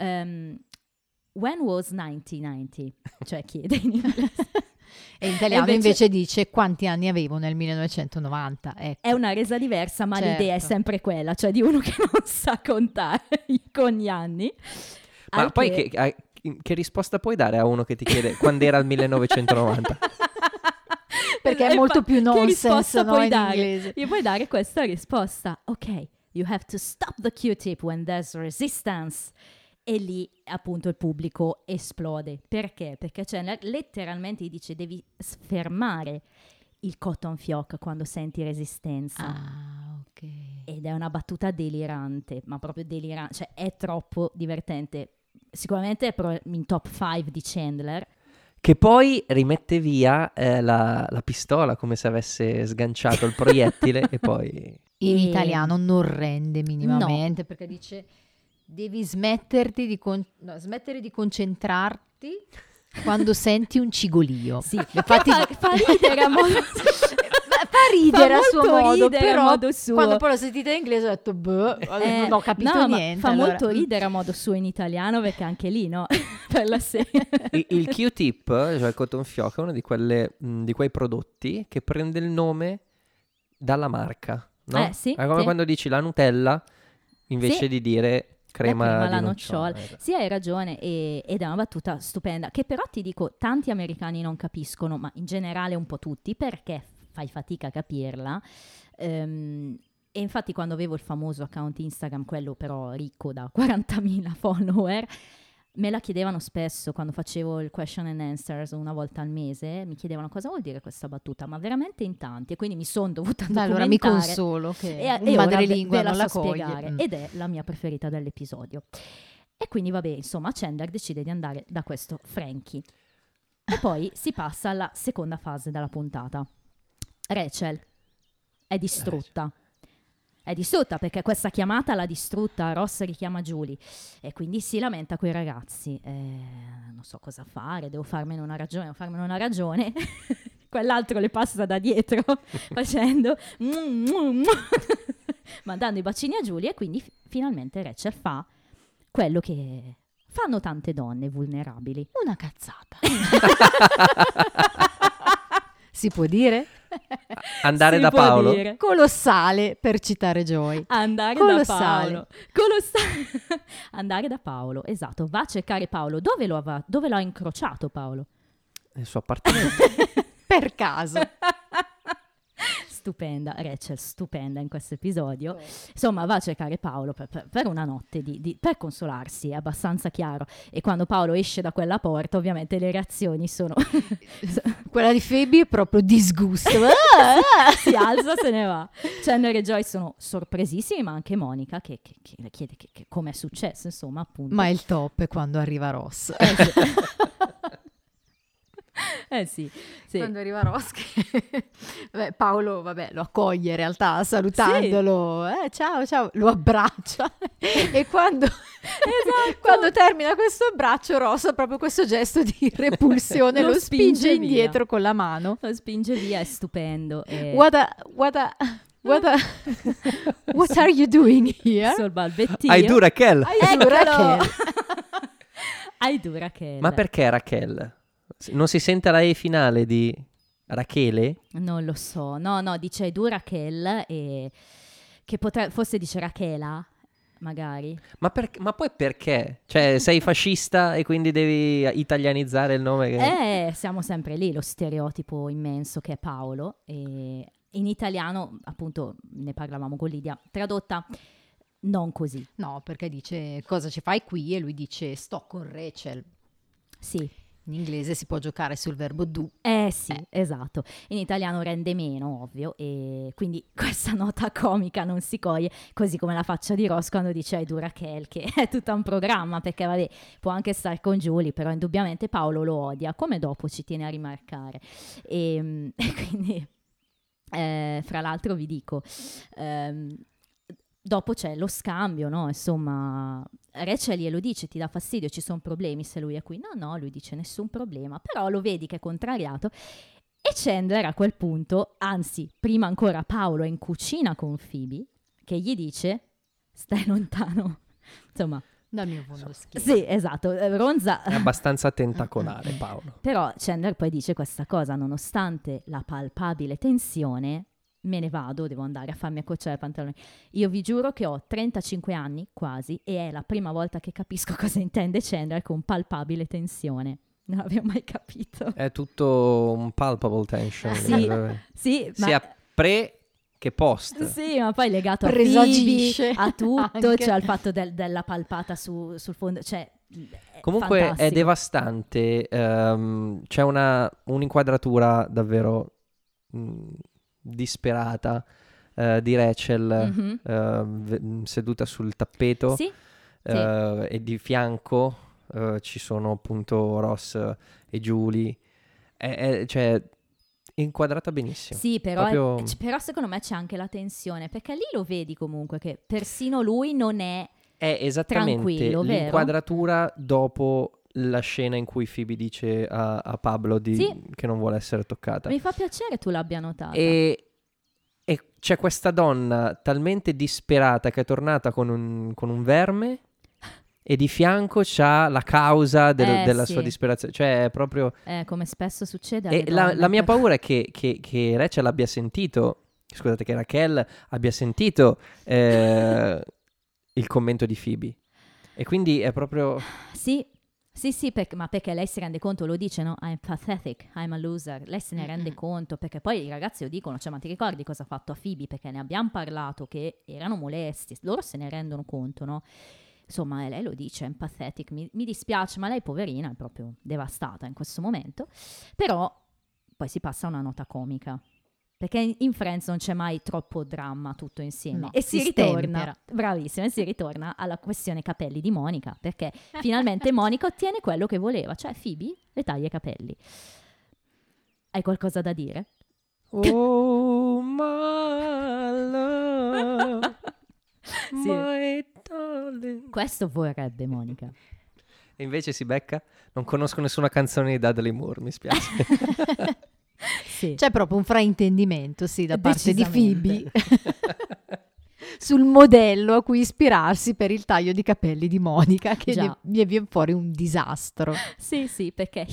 Speaker 2: when was 1990? Cioè chiede in inglese.
Speaker 3: E in italiano
Speaker 2: E
Speaker 3: invece dice quanti anni avevo nel 1990. Ecco.
Speaker 2: È una resa diversa, ma
Speaker 3: Certo.
Speaker 2: l'idea è sempre quella, cioè di uno che non sa contare con gli anni.
Speaker 1: Ma
Speaker 2: Al
Speaker 1: poi
Speaker 2: che-
Speaker 1: che risposta puoi dare a uno che ti chiede quando era il 1990?
Speaker 3: Perché è molto più
Speaker 2: che
Speaker 3: nonsense,
Speaker 2: risposta
Speaker 3: no,
Speaker 2: puoi
Speaker 3: in
Speaker 2: dare?
Speaker 3: inglese.
Speaker 2: Gli puoi dare questa risposta. Ok, you have to stop the Q-tip when there's resistance. E lì appunto il pubblico esplode. Perché? Perché Chandler letteralmente gli dice devi fermare il cotton fioc quando senti resistenza.
Speaker 3: Ah, ok.
Speaker 2: Ed è una battuta delirante, ma proprio delirante, cioè è troppo divertente. Sicuramente è in top 5 di Chandler.
Speaker 1: Che poi rimette via la pistola come se avesse sganciato il proiettile e poi...
Speaker 3: In
Speaker 2: E-
Speaker 3: italiano non rende minimamente, perché dice devi smettere di concentrarti quando senti un cigolio.
Speaker 2: Sì,
Speaker 3: Infatti
Speaker 2: fa ridere a modo
Speaker 3: fa ridere
Speaker 2: fa
Speaker 3: a suo
Speaker 2: molto
Speaker 3: modo,
Speaker 2: ridere a
Speaker 3: però
Speaker 2: modo suo.
Speaker 3: quando poi l'ho sentita in inglese ho detto non ho capito
Speaker 2: no, ma
Speaker 3: niente.
Speaker 2: fa
Speaker 3: allora.
Speaker 2: molto ridere a modo suo in italiano perché anche lì, no? Per la serie.
Speaker 1: Il Q-tip, cioè il cotton fioc, è uno di quei prodotti che prende il nome dalla marca, no?
Speaker 2: Sì,
Speaker 1: È come
Speaker 2: sì.
Speaker 1: quando dici la Nutella invece
Speaker 2: Sì.
Speaker 1: di dire crema
Speaker 2: La crema
Speaker 1: di
Speaker 2: alla
Speaker 1: nocciola.
Speaker 2: nocciola. Sì, hai ragione, ed è una battuta stupenda, che però ti dico, tanti americani non capiscono, ma in generale un po' tutti, perché fai fatica a capirla. E infatti quando avevo il famoso account Instagram, quello però ricco da 40.000 follower, me la chiedevano spesso quando facevo il question and answers una volta al mese, mi chiedevano cosa vuol dire questa battuta, ma veramente in tanti, e quindi mi sono dovuta documentare.
Speaker 3: Allora mi consolo che
Speaker 2: E
Speaker 3: un
Speaker 2: ora
Speaker 3: madrelingua
Speaker 2: ve la
Speaker 3: non la
Speaker 2: so
Speaker 3: coglie.
Speaker 2: spiegare, ed è la mia preferita dell'episodio. E quindi vabbè, insomma, Chandler decide di andare da questo Frankie. E poi si passa alla seconda fase della puntata. Rachel è distrutta. È distrutta perché questa chiamata l'ha distrutta, Ross richiama Julie e quindi si lamenta coi ragazzi. Non so cosa fare, devo farmene una ragione. Quell'altro le passa da dietro facendo mandando i bacini a Julie, e quindi finalmente Rachel fa quello che fanno tante donne vulnerabili.
Speaker 3: Una cazzata. Si può dire?
Speaker 1: Andare
Speaker 2: Si
Speaker 1: da
Speaker 2: può
Speaker 1: Paolo?
Speaker 2: dire.
Speaker 3: Colossale, per citare Joy.
Speaker 2: Andare
Speaker 3: Colossale.
Speaker 2: da Paolo. Colossale. Andare da Paolo, esatto. Va a cercare Paolo. Dove lo ha incrociato Paolo?
Speaker 1: Nel suo appartamento.
Speaker 3: Per caso.
Speaker 2: Stupenda, Rachel, stupenda in questo episodio. Insomma, va a cercare Paolo per una notte, per consolarsi, è abbastanza chiaro. E quando Paolo esce da quella porta, ovviamente le reazioni sono...
Speaker 3: Quella di Phoebe è proprio disgusto.
Speaker 2: si alza, se ne va. Chandler e Joy sono sorpresissimi, ma anche Monica che le chiede che come è successo, insomma, appunto.
Speaker 3: Ma il top è quando arriva Ross.
Speaker 2: Sì.
Speaker 3: Quando arriva Ross Paolo lo accoglie in realtà salutandolo, ciao, lo abbraccia e quando termina questo abbraccio Ross ha proprio questo gesto di repulsione, lo spinge
Speaker 2: via.
Speaker 3: indietro con la mano,
Speaker 2: Lo spinge via, è stupendo.
Speaker 3: What are you doing here?
Speaker 2: Sul balbettino.
Speaker 1: Hai du Raquel?
Speaker 2: Hai du Raquel.
Speaker 1: Ma perché Raquel? Non si sente la E finale di Rachele?
Speaker 2: Non lo so. No, dice Hai du Raquel e che forse dice Rachela, magari.
Speaker 1: Ma poi perché? Cioè, sei fascista e quindi devi italianizzare il nome?
Speaker 2: Siamo sempre lì, lo stereotipo immenso che è Paolo. E in italiano, appunto, ne parlavamo con Lidia, tradotta non così.
Speaker 3: No, perché dice cosa ci fai qui e lui dice sto con Rachel.
Speaker 2: Sì.
Speaker 3: In inglese si può giocare sul verbo do.
Speaker 2: Sì, esatto. In italiano rende meno, ovvio, e quindi questa nota comica non si coglie, così come la faccia di Ross quando dice Hai du Raquel, che è tutto un programma, perché vabbè, può anche stare con Julie, però indubbiamente Paolo lo odia, come dopo ci tiene a rimarcare. E quindi, fra l'altro vi dico... dopo c'è lo scambio, no? Insomma, Rachel glielo dice, ti dà fastidio, ci sono problemi se lui è qui. No, lui dice nessun problema, però lo vedi che è contrariato. E Chandler a quel punto, anzi, prima ancora Paolo è in cucina con Phoebe, che gli dice, stai lontano. Insomma...
Speaker 3: Dal mio fondo schiena.
Speaker 2: Sì, esatto, Ronza...
Speaker 1: È abbastanza tentacolare Paolo.
Speaker 2: Però Chandler poi dice questa cosa, nonostante la palpabile tensione... Me ne vado, devo andare a farmi acconciare i pantaloni. Io vi giuro che ho 35 anni, quasi, e è la prima volta che capisco cosa intende Chandler con palpabile tensione. Non l'avevo mai capito.
Speaker 1: È tutto un palpable tension.
Speaker 2: Sì,
Speaker 1: sia pre che post.
Speaker 2: Sì, ma poi legato a
Speaker 3: Presagisce
Speaker 2: Phoebe, a tutto,
Speaker 3: anche.
Speaker 2: cioè al fatto della palpata sul fondo, cioè...
Speaker 1: Comunque
Speaker 2: fantastico.
Speaker 1: è devastante, c'è un'inquadratura davvero... disperata di Rachel seduta sul tappeto
Speaker 2: Sì,
Speaker 1: e di fianco ci sono appunto Ross e Julie, cioè inquadrata benissimo.
Speaker 2: sì, però,
Speaker 1: Proprio...
Speaker 2: però secondo me c'è anche la tensione, perché lì lo vedi comunque che persino lui non è
Speaker 1: esattamente
Speaker 2: tranquillo, vero?
Speaker 1: l'inquadratura dopo la scena in cui Phoebe dice a Pablo che non vuole essere toccata.
Speaker 2: Mi fa piacere tu l'abbia notata.
Speaker 1: E c'è questa donna talmente disperata che è tornata con un verme e di fianco c'ha la causa della
Speaker 2: sì.
Speaker 1: sua disperazione. Cioè è proprio...
Speaker 2: Come spesso succede
Speaker 1: E
Speaker 2: alle donne.
Speaker 1: la mia paura è che Rachel abbia sentito... Scusate, che Raquel abbia sentito il commento di Phoebe. E quindi è proprio...
Speaker 2: Sì, ma perché lei si rende conto, lo dice, no? I'm pathetic, I'm a loser. Lei se ne rende conto, perché poi i ragazzi lo dicono, cioè, ma ti ricordi cosa ha fatto a Phoebe? Perché ne abbiamo parlato, che erano molesti, loro se ne rendono conto, no? Insomma, lei lo dice, I'm pathetic, mi dispiace, ma lei poverina è proprio devastata in questo momento. Però poi si passa a una nota comica. Perché in Friends non c'è mai troppo dramma tutto insieme.
Speaker 3: No,
Speaker 2: e si ritorna,
Speaker 3: stempera.
Speaker 2: bravissima, e si ritorna alla questione capelli di Monica, perché finalmente Monica ottiene quello che voleva, cioè Phoebe le taglia i capelli. Hai qualcosa da dire?
Speaker 1: Oh my love,
Speaker 2: Sì.
Speaker 1: my darling.
Speaker 2: Questo vorrebbe Monica.
Speaker 1: E invece si becca? Non conosco nessuna canzone di Dudley Moore, mi spiace.
Speaker 2: Sì.
Speaker 3: C'è proprio un fraintendimento, sì, da parte di
Speaker 2: Decisamente.
Speaker 3: Phoebe sul modello a cui ispirarsi per il taglio di capelli di Monica, che
Speaker 2: Già.
Speaker 3: ne viene fuori un disastro.
Speaker 2: Sì, perché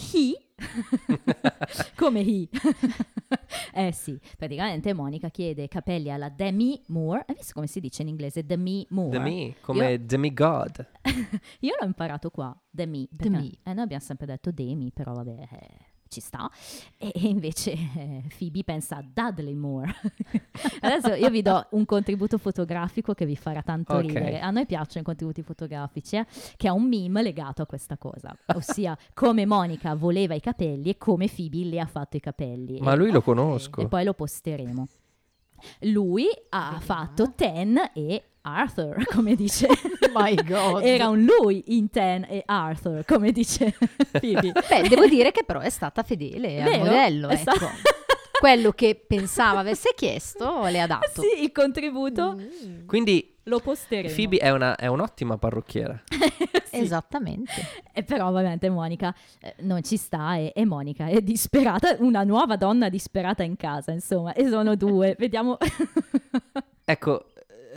Speaker 2: come sì, praticamente Monica chiede capelli alla Demi Moore. Hai visto come si dice in inglese Demi Moore?
Speaker 1: Demi, come demigod.
Speaker 2: Io l'ho imparato qua, Demi.
Speaker 3: Demi.
Speaker 2: Noi abbiamo sempre detto Demi, però vabbè, ci sta. E invece Phoebe pensa a Dudley Moore. Adesso io vi do un contributo fotografico che vi farà tanto
Speaker 1: Ok.
Speaker 2: ridere. A noi piacciono i contributi fotografici, che ha un meme legato a questa cosa, ossia come Monica voleva i capelli e come Phoebe le ha fatto i capelli.
Speaker 1: Ma
Speaker 2: E-
Speaker 1: lui lo
Speaker 2: e
Speaker 1: conosco.
Speaker 2: poi lo posteremo. Lui ha
Speaker 3: Vediamo.
Speaker 2: fatto Ten e Arthur, come dice.
Speaker 3: My God.
Speaker 2: Era un lui in Ten e Arthur, come dice Phoebe.
Speaker 3: Beh, devo dire che però è stata fedele al
Speaker 2: Vero?
Speaker 3: modello,
Speaker 2: È
Speaker 3: ecco.
Speaker 2: sta-
Speaker 3: Quello che pensava avesse chiesto le ha dato.
Speaker 2: Sì, il contributo
Speaker 1: Quindi
Speaker 2: lo posteremo.
Speaker 1: Phoebe è un'ottima parrucchiera.
Speaker 2: Sì.
Speaker 3: Esattamente.
Speaker 2: E però ovviamente Monica non ci sta e Monica è disperata, una nuova donna disperata in casa, insomma, e sono due. Vediamo.
Speaker 1: Ecco,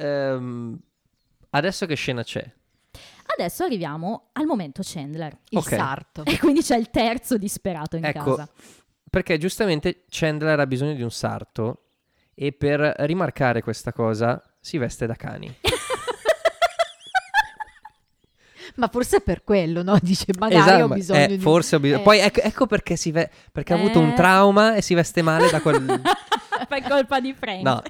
Speaker 1: adesso che scena c'è?
Speaker 2: Adesso arriviamo al momento Chandler.
Speaker 3: Il
Speaker 1: Ok.
Speaker 3: sarto.
Speaker 2: E quindi c'è il terzo disperato in
Speaker 1: Ecco,
Speaker 2: casa.
Speaker 1: perché giustamente Chandler ha bisogno di un sarto e per rimarcare questa cosa si veste da cani.
Speaker 3: Ma forse è per quello, no? Dice, magari ho
Speaker 1: ma-
Speaker 3: bisogno di...
Speaker 1: forse ho bisogno. Poi ecco perché perché ha avuto un trauma e si veste male da quel...
Speaker 2: Per colpa di Frank.
Speaker 1: No,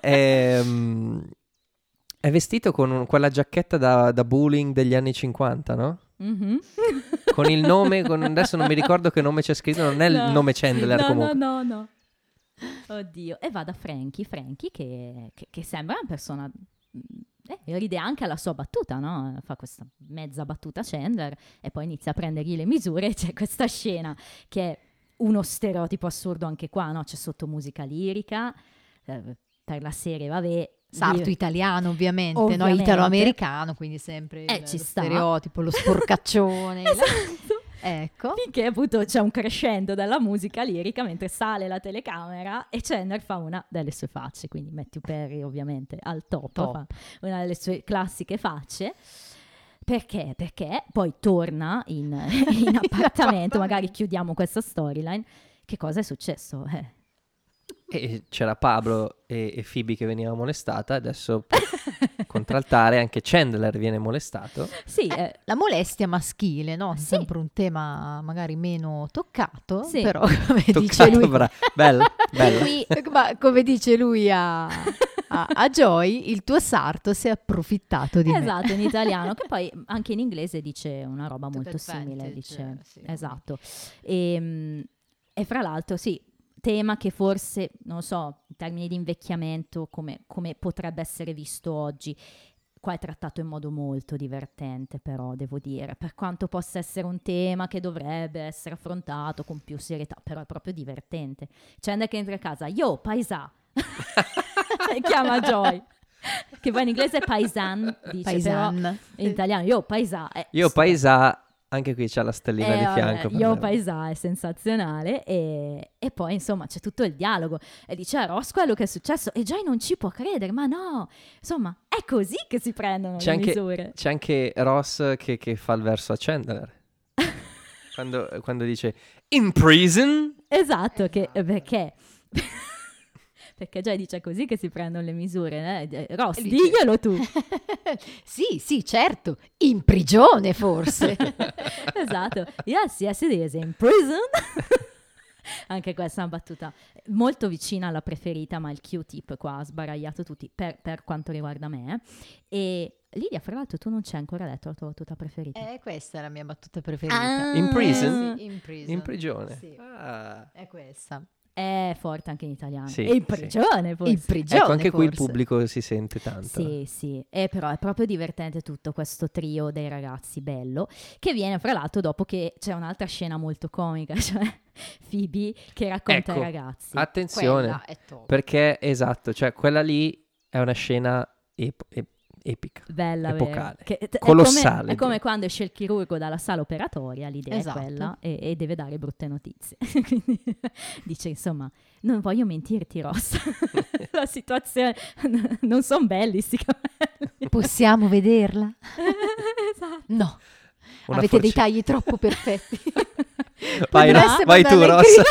Speaker 1: è vestito con quella giacchetta da bowling degli anni 50, no?
Speaker 2: Mhm.
Speaker 1: Con il nome, adesso non mi ricordo che nome c'è scritto, non è il
Speaker 2: No.
Speaker 1: nome Chandler
Speaker 2: No,
Speaker 1: comunque.
Speaker 2: no. Oddio. E va da Frankie che sembra una persona... ride anche alla sua battuta, no? Fa questa mezza battuta Chandler e poi inizia a prendergli le misure e c'è questa scena che è uno stereotipo assurdo anche qua, no? C'è sotto musica lirica, per la serie, vabbè.
Speaker 3: Sarto italiano, ovviamente, no?
Speaker 2: Ovviamente.
Speaker 3: Italo-americano, quindi sempre
Speaker 2: Ci
Speaker 3: lo
Speaker 2: sta.
Speaker 3: stereotipo, lo sporcaccione.
Speaker 2: Esatto.
Speaker 3: Ecco.
Speaker 2: Finché appunto c'è un crescendo della musica lirica mentre sale la telecamera e Chandler fa una delle sue facce, quindi Matthew Perry ovviamente al top.
Speaker 3: Top.
Speaker 2: Fa una delle sue classiche facce. Perché? Perché poi torna in appartamento, magari chiudiamo questa storyline. Che cosa è successo?
Speaker 1: E c'era Pablo e Phoebe che veniva molestata, adesso per contraltare anche Chandler viene molestato.
Speaker 2: Sì,
Speaker 3: La molestia maschile, no?
Speaker 2: Sì.
Speaker 3: Sempre un tema magari meno toccato,
Speaker 2: Sì.
Speaker 3: però come dice
Speaker 1: Toccato,
Speaker 3: lui,
Speaker 1: bello.
Speaker 3: ma come dice lui a Joy, il tuo sarto si è approfittato di me.
Speaker 2: esatto, in italiano, che poi anche in inglese dice una roba
Speaker 3: To
Speaker 2: molto
Speaker 3: advantage,
Speaker 2: simile, dice.
Speaker 3: sì.
Speaker 2: Esatto. E fra l'altro, sì, tema che forse, non lo so, in termini di invecchiamento, come potrebbe essere visto oggi, qua è trattato in modo molto divertente, però devo dire, per quanto possa essere un tema che dovrebbe essere affrontato con più serietà, però è proprio divertente. Chandler che entra a casa, yo, paesà, e chiama Joy, che poi in inglese è paisan, dice,
Speaker 3: Paisan.
Speaker 2: però in italiano, yo, paesà.
Speaker 1: Io paesà, anche qui c'ha la stellina di
Speaker 2: vabbè,
Speaker 1: fianco. per
Speaker 2: Io
Speaker 1: me.
Speaker 2: paesà è sensazionale e poi insomma c'è tutto il dialogo e dice a Ross quello che è successo e Joy non ci può credere, ma no, insomma è così che si prendono
Speaker 1: C'è
Speaker 2: le
Speaker 1: anche,
Speaker 2: misure.
Speaker 1: c'è anche Ross che fa il verso a Chandler. quando dice in prison?
Speaker 2: Esatto, perché? Perché Joy dice così che si prendono le misure, Ross,
Speaker 3: E dice-
Speaker 2: diglielo tu.
Speaker 3: Sì, certo, in prigione forse.
Speaker 2: Esatto, yes, it is in prison. Anche questa è una battuta molto vicina alla preferita, ma il Q-tip qua ha sbaragliato tutti per quanto riguarda me. E Lidia, fra l'altro, tu non c'hai ancora letto la tua battuta preferita.
Speaker 3: Questa è la mia battuta preferita.
Speaker 2: Ah.
Speaker 1: In prison?
Speaker 3: Sì, in prison.
Speaker 1: In prigione.
Speaker 3: Sì.
Speaker 1: Ah.
Speaker 3: È questa.
Speaker 2: È forte anche in italiano.
Speaker 1: Sì,
Speaker 2: e in
Speaker 1: sì.
Speaker 2: prigione, forse.
Speaker 3: In prigione
Speaker 1: Ecco, anche qui il
Speaker 3: forse.
Speaker 1: pubblico si sente tanto.
Speaker 2: Sì, però è proprio divertente tutto questo trio dei ragazzi bello, che viene fra l'altro dopo che c'è un'altra scena molto comica, cioè Phoebe che racconta
Speaker 1: Ecco,
Speaker 2: ai ragazzi.
Speaker 1: Attenzione,
Speaker 3: Quella è top.
Speaker 1: perché esatto, cioè quella lì è una scena epica,
Speaker 2: Bella,
Speaker 1: epocale,
Speaker 2: è
Speaker 1: colossale.
Speaker 2: È come quando esce il chirurgo dalla sala operatoria, l'idea
Speaker 3: Esatto.
Speaker 2: è quella, e deve dare brutte notizie. Quindi dice, insomma, non voglio mentirti, Ross, la situazione, non sono belli sti capelli.
Speaker 3: Possiamo vederla?
Speaker 2: Esatto.
Speaker 3: No,
Speaker 1: Una
Speaker 3: avete dei
Speaker 1: forci-
Speaker 3: tagli troppo perfetti.
Speaker 1: Vai,
Speaker 3: Potreste
Speaker 1: vai tu,
Speaker 3: mandarle
Speaker 1: Ross.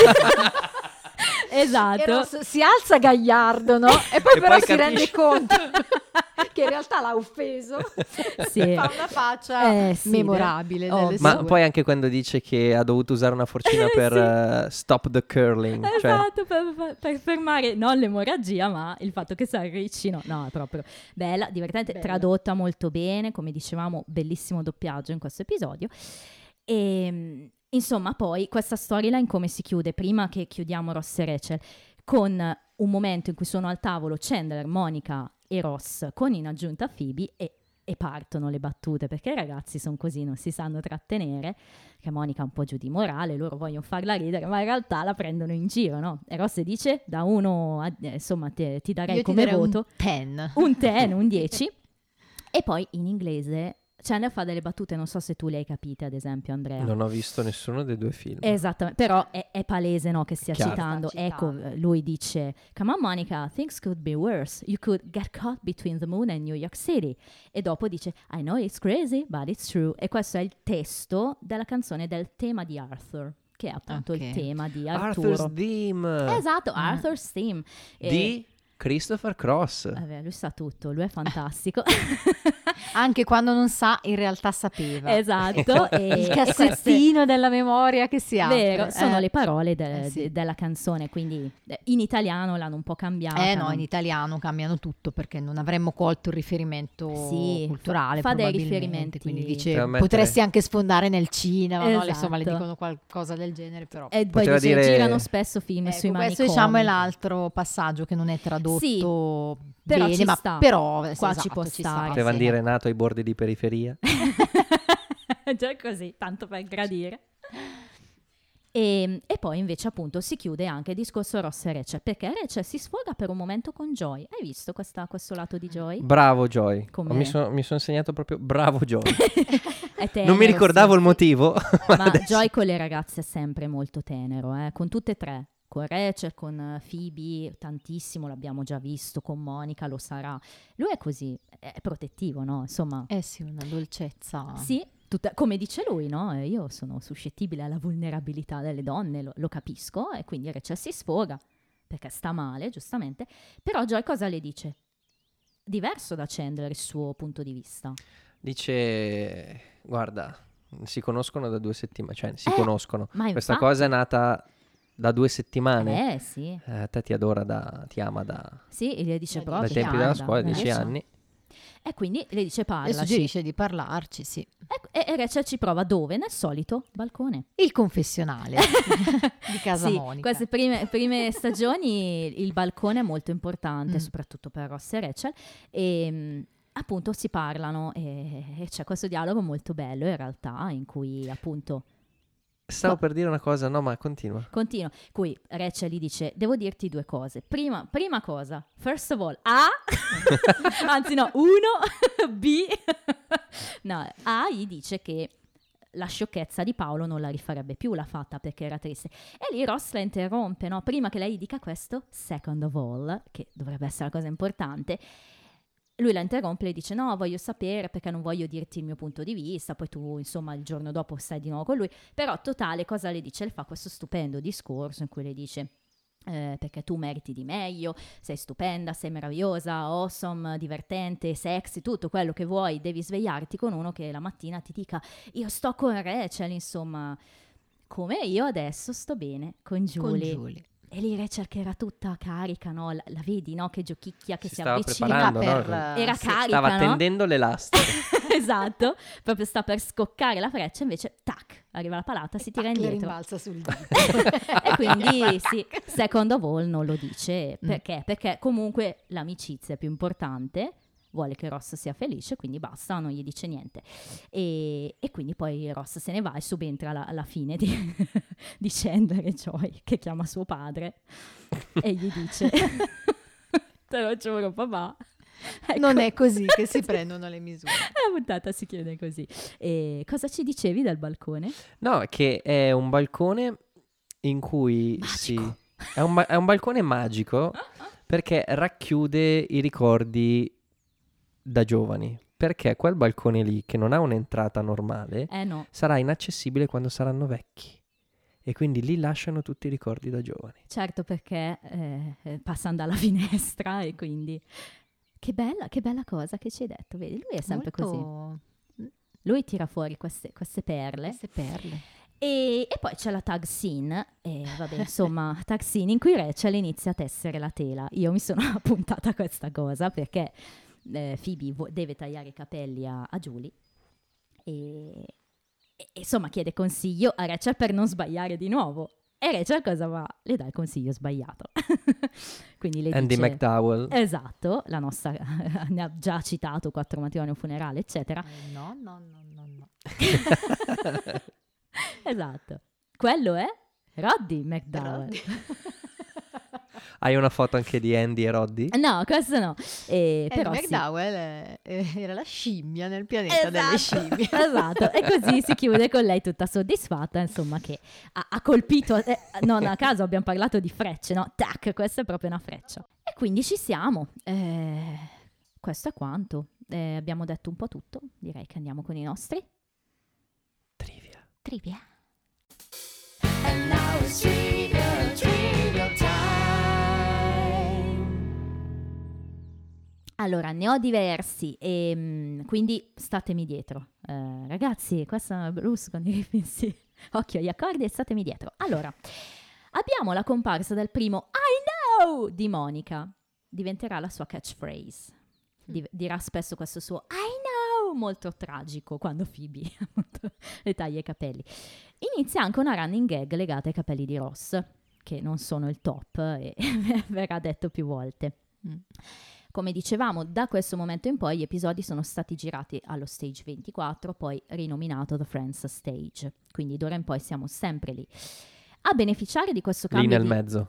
Speaker 3: E
Speaker 2: Esatto.
Speaker 3: Ross si alza gagliardo, no? E poi
Speaker 1: E
Speaker 3: però
Speaker 1: poi
Speaker 3: si
Speaker 1: capisce.
Speaker 3: rende conto che in realtà l'ha offeso.
Speaker 2: Sì.
Speaker 3: Fa una faccia
Speaker 2: Sì,
Speaker 3: memorabile
Speaker 2: ovvio.
Speaker 3: nelle
Speaker 1: Ma
Speaker 3: sue.
Speaker 1: poi anche quando dice che ha dovuto usare una forcina per stop the curling. Cioè,
Speaker 2: Esatto, per fermare non l'emorragia, ma il fatto che si arriccino. No, è proprio bella, divertente,
Speaker 3: Bella.
Speaker 2: tradotta molto bene, come dicevamo, bellissimo doppiaggio in questo episodio. E insomma, poi questa storyline come si chiude? Prima che chiudiamo Ross e Rachel, con un momento in cui sono al tavolo Chandler, Monica e Ross, con in aggiunta Phoebe, e partono le battute, perché i ragazzi sono così, non si sanno trattenere, che Monica ha un po' giù di morale, loro vogliono farla ridere, ma in realtà la prendono in giro, no? E Ross dice, da 1 a, insomma, ti darei
Speaker 3: Io ti
Speaker 2: come
Speaker 3: darei
Speaker 2: voto
Speaker 3: un 10.
Speaker 2: un 10, un 10, e poi in inglese Chandler fa delle battute, non so se tu le hai capite, ad esempio, Andrea.
Speaker 1: non ho visto nessuno dei due film.
Speaker 2: Esattamente, però è palese, no, che stia
Speaker 1: Chiaro.
Speaker 2: citando.
Speaker 3: Sta
Speaker 2: Ecco,
Speaker 3: citando.
Speaker 2: lui dice, come on Monica, things could be worse. You could get caught between the moon and New York City. E dopo dice, I know it's crazy, but it's true. E questo è il testo della canzone del tema di Arthur, che è appunto
Speaker 3: Ok.
Speaker 2: il tema di Arturo.
Speaker 1: Arthur's Theme
Speaker 2: Esatto, Arthur's Theme. E-
Speaker 1: di Christopher Cross.
Speaker 2: vabbè, lui sa tutto, lui è fantastico.
Speaker 3: Anche quando non sa, in realtà sapeva.
Speaker 2: Esatto.
Speaker 3: Il
Speaker 2: e
Speaker 3: cassettino della memoria che si apre.
Speaker 2: vero, sono le parole
Speaker 3: sì.
Speaker 2: della canzone, quindi in italiano l'hanno un po' cambiata.
Speaker 3: No,
Speaker 2: no?
Speaker 3: in italiano cambiano tutto perché non avremmo colto il riferimento
Speaker 2: Sì,
Speaker 3: culturale
Speaker 2: fa dei
Speaker 3: probabilmente,
Speaker 2: riferimenti.
Speaker 3: quindi dice
Speaker 1: Poteva mettere-
Speaker 3: potresti anche sfondare nel cinema, no? Insomma le
Speaker 2: Esatto.
Speaker 3: dicono qualcosa del genere, però
Speaker 2: E poi
Speaker 1: Poteva
Speaker 2: dice,
Speaker 1: dire-
Speaker 2: girano spesso film
Speaker 3: ecco,
Speaker 2: sui manicomi.
Speaker 3: questo diciamo è l'altro passaggio che non è tradotto
Speaker 2: Sì, però
Speaker 3: bene,
Speaker 2: ci
Speaker 3: ma
Speaker 2: sta.
Speaker 3: però
Speaker 2: Qua
Speaker 3: esatto,
Speaker 2: ci può stare.
Speaker 1: Potevano
Speaker 3: sì.
Speaker 1: dire nato ai bordi di periferia.
Speaker 2: Già così, tanto per gradire. E poi invece appunto si chiude anche il discorso Ross e Rachel, perché Rachel si sfoga per un momento con Joy. Hai visto questo lato di Joy?
Speaker 1: Bravo Joy.
Speaker 2: Come-
Speaker 1: Mi sono segnato proprio bravo Joy.
Speaker 2: È tenero,
Speaker 1: Non mi ricordavo
Speaker 2: sì.
Speaker 1: il motivo.
Speaker 2: Ma
Speaker 1: adesso-
Speaker 2: Joy con le ragazze è sempre molto tenero, con tutte e tre. Con Rachel, con Phoebe, tantissimo, l'abbiamo già visto, con Monica lo sarà. Lui è così, è protettivo, no? Insomma,
Speaker 3: Sì, una dolcezza.
Speaker 2: sì, come dice lui, no? Io sono suscettibile alla vulnerabilità delle donne, lo capisco, e quindi Rachel si sfoga, perché sta male, giustamente. Però Joy cosa le dice? Diverso da Chandler il suo punto di vista.
Speaker 1: Dice, guarda, si conoscono da 2 settimane, cioè si conoscono.
Speaker 2: Ma
Speaker 1: Questa
Speaker 2: infatti-
Speaker 1: cosa è nata da 2 settimane.
Speaker 2: Sì.
Speaker 1: Te ti adora ti ama
Speaker 2: Sì, e le dice
Speaker 3: Dai
Speaker 2: proprio.
Speaker 1: dai tempi
Speaker 2: guarda,
Speaker 1: della scuola, 10
Speaker 2: adesso-
Speaker 1: anni.
Speaker 2: E quindi le dice
Speaker 3: Le
Speaker 2: parlaci.
Speaker 3: suggerisce di parlarci, sì.
Speaker 2: E Rachel ci prova dove? Nel solito balcone.
Speaker 3: Il confessionale di casa
Speaker 2: Sì,
Speaker 3: Monica.
Speaker 2: queste prime stagioni il balcone è molto importante, soprattutto per Ross e Rachel, e appunto si parlano e c'è questo dialogo molto bello in realtà, in cui appunto
Speaker 1: Stavo per dire una cosa, no, ma continua.
Speaker 2: continua, cui Rachel gli dice, devo dirti 2 cose. Prima cosa, first of all, A, anzi no, 1, B, no, A gli dice che la sciocchezza di Paolo non la rifarebbe più, l'ha fatta perché era triste. E lì Ross la interrompe, no? Prima che lei dica questo, second of all, che dovrebbe essere la cosa importante, lui la interrompe e le dice no, voglio sapere perché non voglio dirti il mio punto di vista, poi tu insomma il giorno dopo stai di nuovo con lui, però totale cosa le dice? Le fa questo stupendo discorso in cui le dice perché tu meriti di meglio, sei stupenda, sei meravigliosa, awesome, divertente, sexy, tutto quello che vuoi, devi svegliarti con uno che la mattina ti dica io sto con Rachel, insomma, come io adesso sto bene con Julie.
Speaker 3: Con Julie.
Speaker 2: E lì Rachel che era tutta carica, no? La vedi, no? Che giochicchia, che si
Speaker 1: stava
Speaker 2: avvicina.
Speaker 1: preparando,
Speaker 3: per,
Speaker 1: no?
Speaker 2: Era
Speaker 3: sì.
Speaker 2: carica,
Speaker 1: Stava
Speaker 2: no?
Speaker 1: tendendo l'elastico.
Speaker 2: Esatto, proprio sta per scoccare la freccia, invece, tac, arriva la palata, si tira
Speaker 3: Le
Speaker 2: indietro.
Speaker 3: rimbalza sul dito.
Speaker 2: E quindi, sì, second of all non lo dice. Perché? Perché comunque l'amicizia è più importante, vuole che Ross sia felice, quindi basta, non gli dice niente. E quindi poi Ross se ne va e subentra alla fine di Chandler e Joy, che chiama suo padre e gli dice, te lo giuro papà, Ecco.
Speaker 3: Non è così che si prendono le misure.
Speaker 2: La puntata si chiude così. E cosa ci dicevi dal balcone?
Speaker 1: No, che è un balcone in cui è un balcone magico perché racchiude i ricordi da giovani. Perché quel balcone lì, che non ha un'entrata normale,
Speaker 2: No.
Speaker 1: sarà inaccessibile quando saranno vecchi. E quindi lì lasciano tutti i ricordi da giovani.
Speaker 2: Certo, perché passano dalla finestra e quindi... Che bella cosa che ci hai detto, vedi? Lui è sempre così. Lui tira fuori queste perle.
Speaker 3: Queste perle.
Speaker 2: E poi c'è la tag scene, e vabbè, insomma, tag scene in cui Rachel inizia a tessere la tela. Io mi sono appuntata a questa cosa perché Phoebe deve tagliare i capelli a Julie e insomma chiede consiglio a Rachel per non sbagliare di nuovo. E Rachel cosa va? Le dà il consiglio sbagliato. Quindi le
Speaker 1: Andy
Speaker 2: dice...
Speaker 1: McDowell.
Speaker 2: Esatto, la nostra ne ha già citato 4 matrimoni e un funerale, eccetera.
Speaker 3: No.
Speaker 2: Esatto. Quello è Roddy McDowell.
Speaker 1: Hai una foto anche di Andy e Roddy?
Speaker 2: No, questo no. Però sì.
Speaker 3: McDowell era la scimmia nel pianeta delle scimmie.
Speaker 2: Esatto, e così si chiude con lei tutta soddisfatta, insomma, che ha colpito, non a caso abbiamo parlato di frecce, no? Tac, questa è proprio una freccia. E quindi ci siamo. Questo è quanto. Abbiamo detto un po' tutto, direi che andiamo con i nostri trivia.
Speaker 4: And now it's trivia time.
Speaker 2: Allora, ne ho diversi e quindi statemi dietro. Ragazzi, questo è Bruce con i pensieri. Occhio agli accordi e statemi dietro. Allora, abbiamo la comparsa del primo I know di Monica. Diventerà la sua catchphrase. Dirà spesso questo suo I know, molto tragico, quando Phoebe le taglia i capelli. Inizia anche una running gag legata ai capelli di Ross, che non sono il top e verrà detto più volte. Come dicevamo, da questo momento in poi gli episodi sono stati girati allo Stage 24, poi rinominato The Friends Stage. Quindi d'ora in poi siamo sempre lì. A beneficiare di questo cambio
Speaker 1: Lì nel mezzo.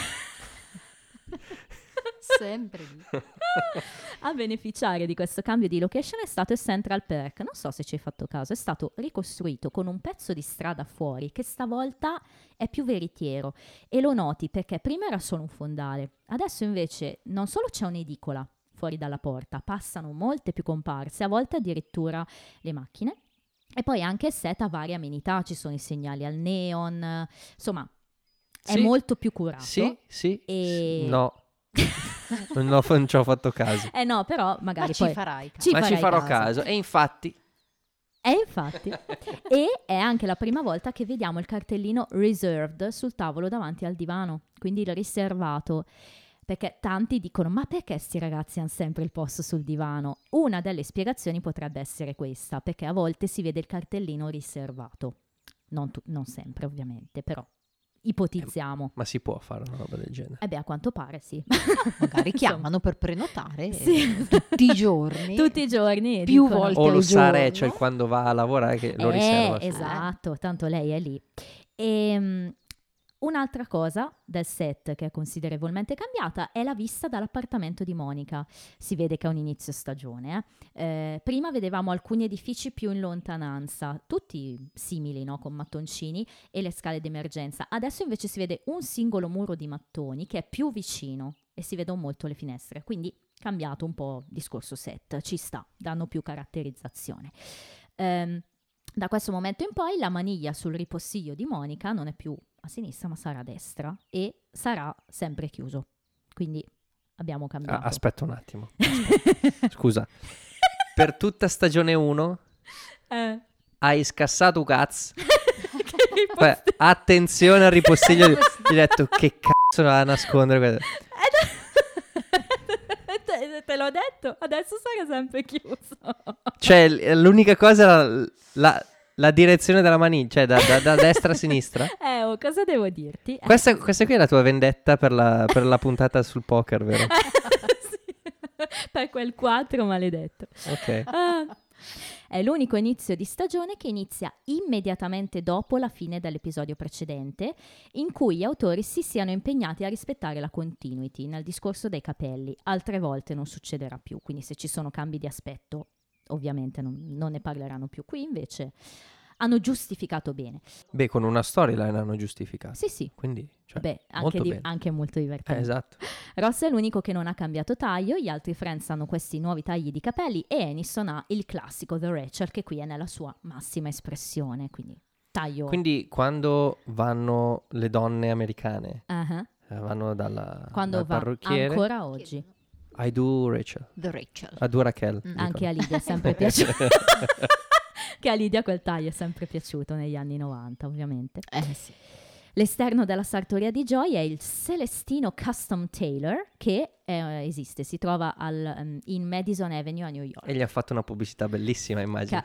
Speaker 3: Sempre lì.
Speaker 2: A beneficiare di questo cambio di location è stato il Central Perk. Non so se ci hai fatto caso, è stato ricostruito con un pezzo di strada fuori che stavolta è più veritiero. E lo noti perché prima era solo un fondale. Adesso invece non solo c'è un'edicola fuori dalla porta, passano molte più comparse, a volte addirittura le macchine. E poi anche set ha varie amenità, ci sono i segnali al neon, insomma è
Speaker 1: Sì.
Speaker 2: molto più curato.
Speaker 1: Sì.
Speaker 2: E...
Speaker 1: No. Non ci ho fatto caso.
Speaker 2: No, però magari
Speaker 3: Ma
Speaker 2: poi
Speaker 3: ci farai caso.
Speaker 2: ci
Speaker 1: Ma ci
Speaker 2: farai
Speaker 1: farò
Speaker 2: caso.
Speaker 1: caso. E infatti,
Speaker 2: E è anche la prima volta che vediamo il cartellino reserved sul tavolo davanti al divano, quindi il riservato. Perché tanti dicono, ma perché sti ragazzi hanno sempre il posto sul divano? Una delle spiegazioni potrebbe essere questa, perché a volte si vede il cartellino riservato. Non sempre, ovviamente, però ipotizziamo.
Speaker 1: ma si può fare una roba del genere?
Speaker 2: A quanto pare sì.
Speaker 3: Magari chiamano per prenotare
Speaker 2: Sì.
Speaker 3: tutti i giorni.
Speaker 2: Tutti i giorni.
Speaker 3: Più
Speaker 2: dicono-
Speaker 3: volte.
Speaker 1: O lo
Speaker 3: al
Speaker 1: sa
Speaker 3: giorno.
Speaker 1: Rachel quando va a lavorare che lo riserva.
Speaker 2: Esatto, tanto lei è lì. Un'altra cosa del set che è considerevolmente cambiata è la vista dall'appartamento di Monica. Si vede che è un inizio stagione. Prima vedevamo alcuni edifici più in lontananza, tutti simili, no? Con mattoncini e le scale d'emergenza. Adesso invece si vede un singolo muro di mattoni che è più vicino e si vedono molto le finestre. Quindi cambiato un po' il discorso set, ci sta, danno più caratterizzazione. Da questo momento in poi la maniglia sul ripostiglio di Monica non è più a sinistra ma sarà a destra e sarà sempre chiuso. Quindi abbiamo cambiato.
Speaker 1: Aspetta un attimo. Scusa. Per tutta stagione 1 hai scassato cazzo. Beh, attenzione al ripostiglio. Gli ho detto che cazzo va a nascondere.
Speaker 2: Te l'ho detto, adesso sarà sempre chiuso.
Speaker 1: Cioè, l'unica cosa è la direzione della maniglia, cioè da destra a sinistra.
Speaker 2: Cosa devo dirti?
Speaker 1: Questa qui è la tua vendetta per la puntata sul poker, vero?
Speaker 2: Sì, per quel 4 maledetto.
Speaker 1: Ok.
Speaker 2: È l'unico inizio di stagione che inizia immediatamente dopo la fine dell'episodio precedente, in cui gli autori si siano impegnati a rispettare la continuity nel discorso dei capelli. Altre volte non succederà più, quindi se ci sono cambi di aspetto ovviamente non ne parleranno più. Qui invece hanno giustificato bene.
Speaker 1: Beh, con una storyline hanno giustificato.
Speaker 2: Sì, sì.
Speaker 1: Quindi, cioè,
Speaker 2: Beh,
Speaker 1: molto bene.
Speaker 2: anche molto divertente.
Speaker 1: Esatto.
Speaker 2: Ross è l'unico che non ha cambiato taglio, gli altri Friends hanno questi nuovi tagli di capelli e Aniston ha il classico The Rachel, che qui è nella sua massima espressione, quindi taglio...
Speaker 1: Quindi quando vanno le donne americane,
Speaker 2: Ah,
Speaker 1: vanno dal
Speaker 2: quando va
Speaker 1: parrucchiere,
Speaker 2: ancora oggi.
Speaker 1: I do Rachel,
Speaker 3: The Rachel.
Speaker 1: I do Raquel.
Speaker 2: Anche a Lidia è sempre piaciuto. Che a Lidia quel taglio è sempre piaciuto negli anni 90, ovviamente.
Speaker 3: Sì.
Speaker 2: L'esterno della sartoria di Joy è il Celestino Custom Tailor, che esiste, si trova in Madison Avenue a New York.
Speaker 1: E gli ha fatto una pubblicità bellissima, immagino.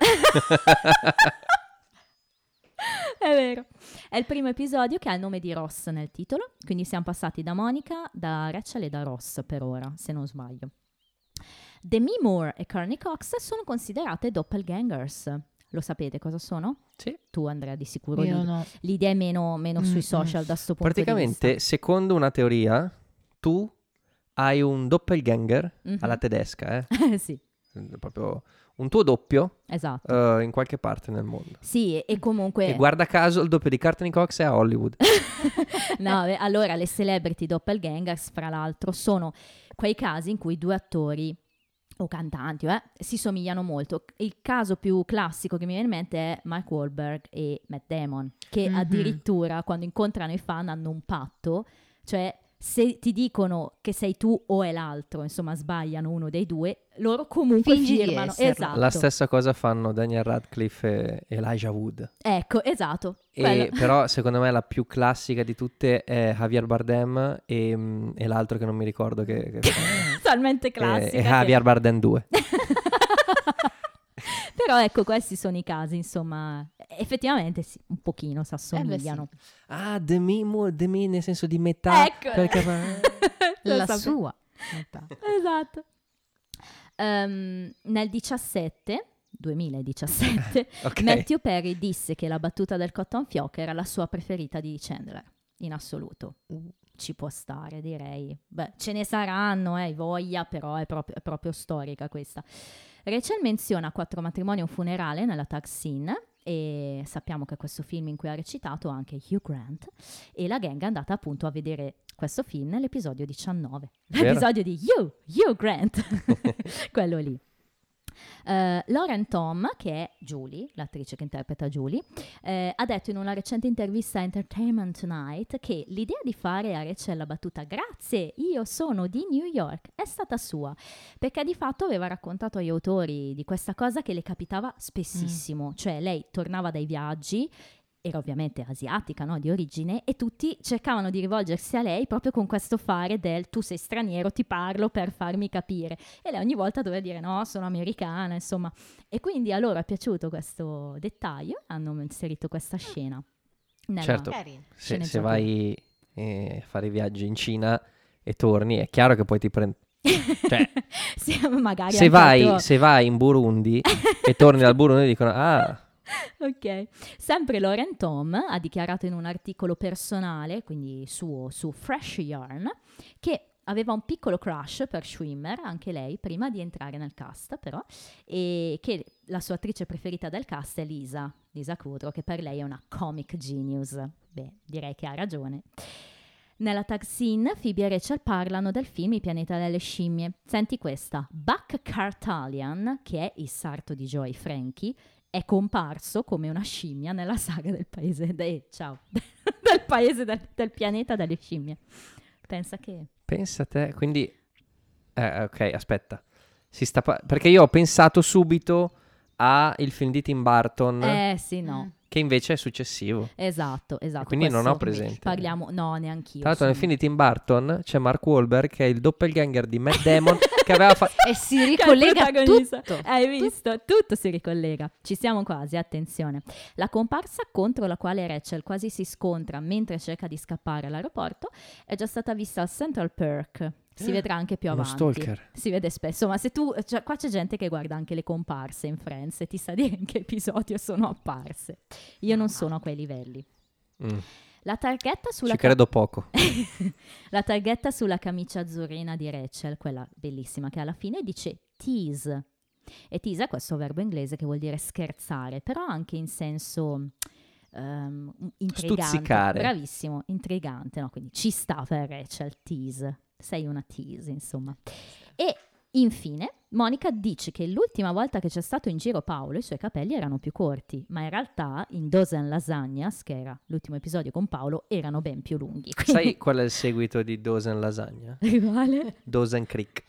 Speaker 2: È vero. È il primo episodio che ha il nome di Ross nel titolo, quindi siamo passati da Monica, da Rachel e da Ross per ora, se non sbaglio. Demi Moore e Courtney Cox sono considerate doppelgangers. Lo sapete cosa sono?
Speaker 1: Sì.
Speaker 2: Tu, Andrea, di sicuro.
Speaker 3: Io no.
Speaker 2: L'idea è meno sui social da sto punto di
Speaker 1: Praticamente, secondo una teoria, tu hai un doppelganger
Speaker 2: Mhm.
Speaker 1: alla tedesca,
Speaker 2: vista. Sì,
Speaker 1: proprio un tuo doppio
Speaker 2: esatto.
Speaker 1: in qualche parte nel mondo.
Speaker 2: Sì, e comunque...
Speaker 1: E guarda caso il doppio di Courtney Cox è a Hollywood.
Speaker 2: No, allora le celebrity doppelgangers, fra l'altro, sono quei casi in cui due attori o cantanti si somigliano molto. Il caso più classico che mi viene in mente è Mark Wahlberg e Matt Damon, che
Speaker 3: Mhm.
Speaker 2: addirittura quando incontrano i fan hanno un patto, cioè se ti dicono che sei tu o è l'altro, insomma sbagliano uno dei due, loro comunque
Speaker 3: Fingi di
Speaker 2: firmano.
Speaker 3: esserlo.
Speaker 2: Esatto.
Speaker 1: La stessa cosa fanno Daniel Radcliffe e Elijah Wood.
Speaker 2: Ecco, esatto.
Speaker 1: E però secondo me la più classica di tutte è Javier Bardem e l'altro che non mi ricordo che
Speaker 2: Talmente classica.
Speaker 1: è
Speaker 2: che-
Speaker 1: Javier Bardem 2.
Speaker 2: Però ecco, questi sono i casi, insomma, effettivamente sì, un pochino si assomigliano.
Speaker 1: Ah, Demi nel senso di metà.
Speaker 2: Ecco.
Speaker 1: Perché
Speaker 2: Lo
Speaker 3: La
Speaker 2: sapevo.
Speaker 3: sua.
Speaker 2: Esatto. Nel 2017,
Speaker 1: Ok.
Speaker 2: Matthew Perry disse che la battuta del cotton fioc era la sua preferita di Chandler, in assoluto. Ci può stare, direi. Beh, ce ne saranno, voglia, però è proprio storica questa. Rachel menziona 4 matrimoni e un funerale nella tag scene, e sappiamo che è questo film in cui ha recitato anche Hugh Grant, e la gang è andata appunto a vedere questo film nell'episodio 19,
Speaker 1: Vero.
Speaker 2: l'episodio di Hugh Grant, quello lì. Lauren Tom, che è Julie, l'attrice che interpreta Julie, ha detto in una recente intervista a Entertainment Tonight che l'idea di fare a Rachel la battuta "grazie, io sono di New York" è stata sua, perché di fatto aveva raccontato agli autori di questa cosa che le capitava spessissimo, cioè lei tornava dai viaggi, era ovviamente asiatica, no, di origine, e tutti cercavano di rivolgersi a lei proprio con questo fare del "tu sei straniero, ti parlo per farmi capire", e lei ogni volta doveva dire "no, sono americana", insomma. E quindi a loro è piaciuto questo dettaglio, hanno inserito questa scena nella
Speaker 1: Certo.
Speaker 3: Carino.
Speaker 1: Se
Speaker 2: sceneggiatura.
Speaker 1: vai a fare i viaggi in Cina e torni, è chiaro che poi ti prendi. Cioè,
Speaker 2: Sì, magari
Speaker 1: se
Speaker 2: anche a tuo-
Speaker 1: se vai in Burundi e torni dal Burundi dicono ah,
Speaker 2: Ok, sempre Lauren Tom ha dichiarato in un articolo personale, quindi suo, su Fresh Yarn, che aveva un piccolo crush per Schwimmer, anche lei, prima di entrare nel cast però, e che la sua attrice preferita del cast è Lisa Kudrow, che per lei è una comic genius. Beh, direi che ha ragione. Nella tag scene, Phoebe e Rachel parlano del film Il pianeta delle scimmie. Senti questa: Buck Cartalian, che è il sarto di Joey Frankie, è comparso come una scimmia nella saga del paese del paese del pianeta delle scimmie. Pensa
Speaker 1: pensa te, quindi ok, aspetta. Perché io ho pensato subito a il film di Tim Burton
Speaker 2: sì, no.
Speaker 1: che invece è successivo.
Speaker 2: Esatto.
Speaker 1: Quindi non ho
Speaker 2: Questo
Speaker 1: presente.
Speaker 2: Parliamo, no, neanch'io.
Speaker 1: Tra l'altro nel
Speaker 2: sono-
Speaker 1: film di Tim Burton c'è Mark Wahlberg che è il doppelganger di Matt Damon che aveva fatto
Speaker 3: E si
Speaker 2: Che è il
Speaker 3: ricollega
Speaker 2: protagonista.
Speaker 3: tutto.
Speaker 2: Hai visto? Tutto si ricollega. Ci siamo quasi, attenzione. La comparsa contro la quale Rachel quasi si scontra mentre cerca di scappare all'aeroporto è già stata vista al Central Perk Si vedrà anche più
Speaker 1: Uno
Speaker 2: avanti.
Speaker 1: stalker.
Speaker 2: Si vede spesso, ma se tu, cioè, qua c'è gente che guarda anche le comparse in Friends e ti sa dire in che episodio sono apparse. Io non sono a quei livelli.
Speaker 1: Mm.
Speaker 2: La targhetta sulla
Speaker 1: Ci credo poco.
Speaker 2: la targhetta sulla camicia azzurrina di Rachel, quella bellissima che alla fine dice tease. E tease è questo verbo inglese che vuol dire scherzare, però anche in senso intrigante.
Speaker 1: Stuzzicare.
Speaker 2: Bravissimo, intrigante, no? Quindi ci sta per Rachel, tease. Sei una tease, insomma. E infine, Monica dice che l'ultima volta che c'è stato in giro Paolo, i suoi capelli erano più corti, ma in realtà in Dozen Lasagnas, che era l'ultimo episodio con Paolo, erano ben più lunghi.
Speaker 1: Sai qual è il seguito di Dozen Lasagna?
Speaker 2: Quale?
Speaker 1: Dozen Creek.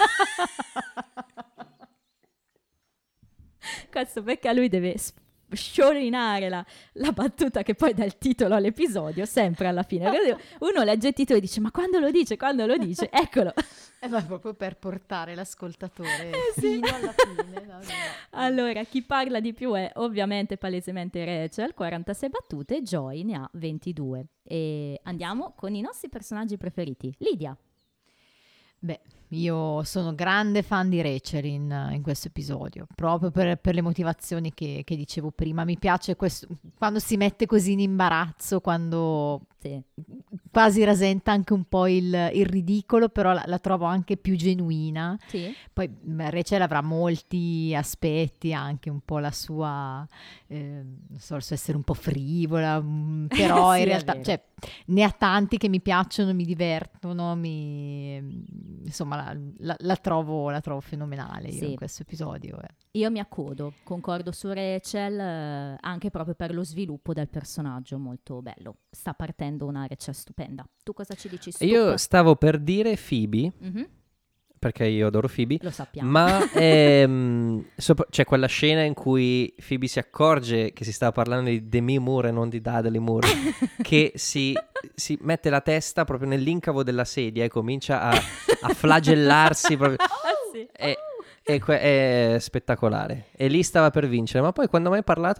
Speaker 2: Questo perché lui deve sciorinare la battuta che poi dà il titolo all'episodio sempre alla fine. Uno legge il titolo e dice ma quando lo dice, eccolo.
Speaker 3: Ma proprio per portare l'ascoltatore
Speaker 2: sì.
Speaker 3: fino alla fine. No.
Speaker 2: Allora, chi parla di più è ovviamente palesemente Rachel, 46 battute, Joy ne ha 22. E andiamo con i nostri personaggi preferiti. Lidia.
Speaker 3: Beh, io sono grande fan di Rachel in questo episodio, proprio per le motivazioni che dicevo prima. Mi piace quando si mette così in imbarazzo, quando
Speaker 2: Sì.
Speaker 3: quasi rasenta anche un po' il ridicolo, però la trovo anche più genuina.
Speaker 2: Sì.
Speaker 3: Poi Rachel avrà molti aspetti, anche un po' la sua, non so, il suo essere un po' frivola, però
Speaker 2: Sì,
Speaker 3: in
Speaker 2: è
Speaker 3: realtà
Speaker 2: vero.
Speaker 3: cioè, ne ha tanti che mi piacciono, mi divertono, insomma la trovo fenomenale io
Speaker 2: Sì.
Speaker 3: in questo episodio.
Speaker 2: Io mi accodo, concordo su Rachel, anche proprio per lo sviluppo del personaggio, molto bello. Sta partendo una Rachel stupenda. Tu cosa ci dici?
Speaker 1: Io stavo per dire Phoebe,
Speaker 2: Mhm,
Speaker 1: perché io adoro Phoebe,
Speaker 2: lo sappiamo.
Speaker 1: ma c'è quella scena in cui Phoebe si accorge che si stava parlando di Demi Moore e non di Dudley Moore, che si mette la testa proprio nell'incavo della sedia e comincia a flagellarsi proprio.
Speaker 2: Sì.
Speaker 1: È spettacolare. E lì stava per vincere, ma poi quando mi hai parlato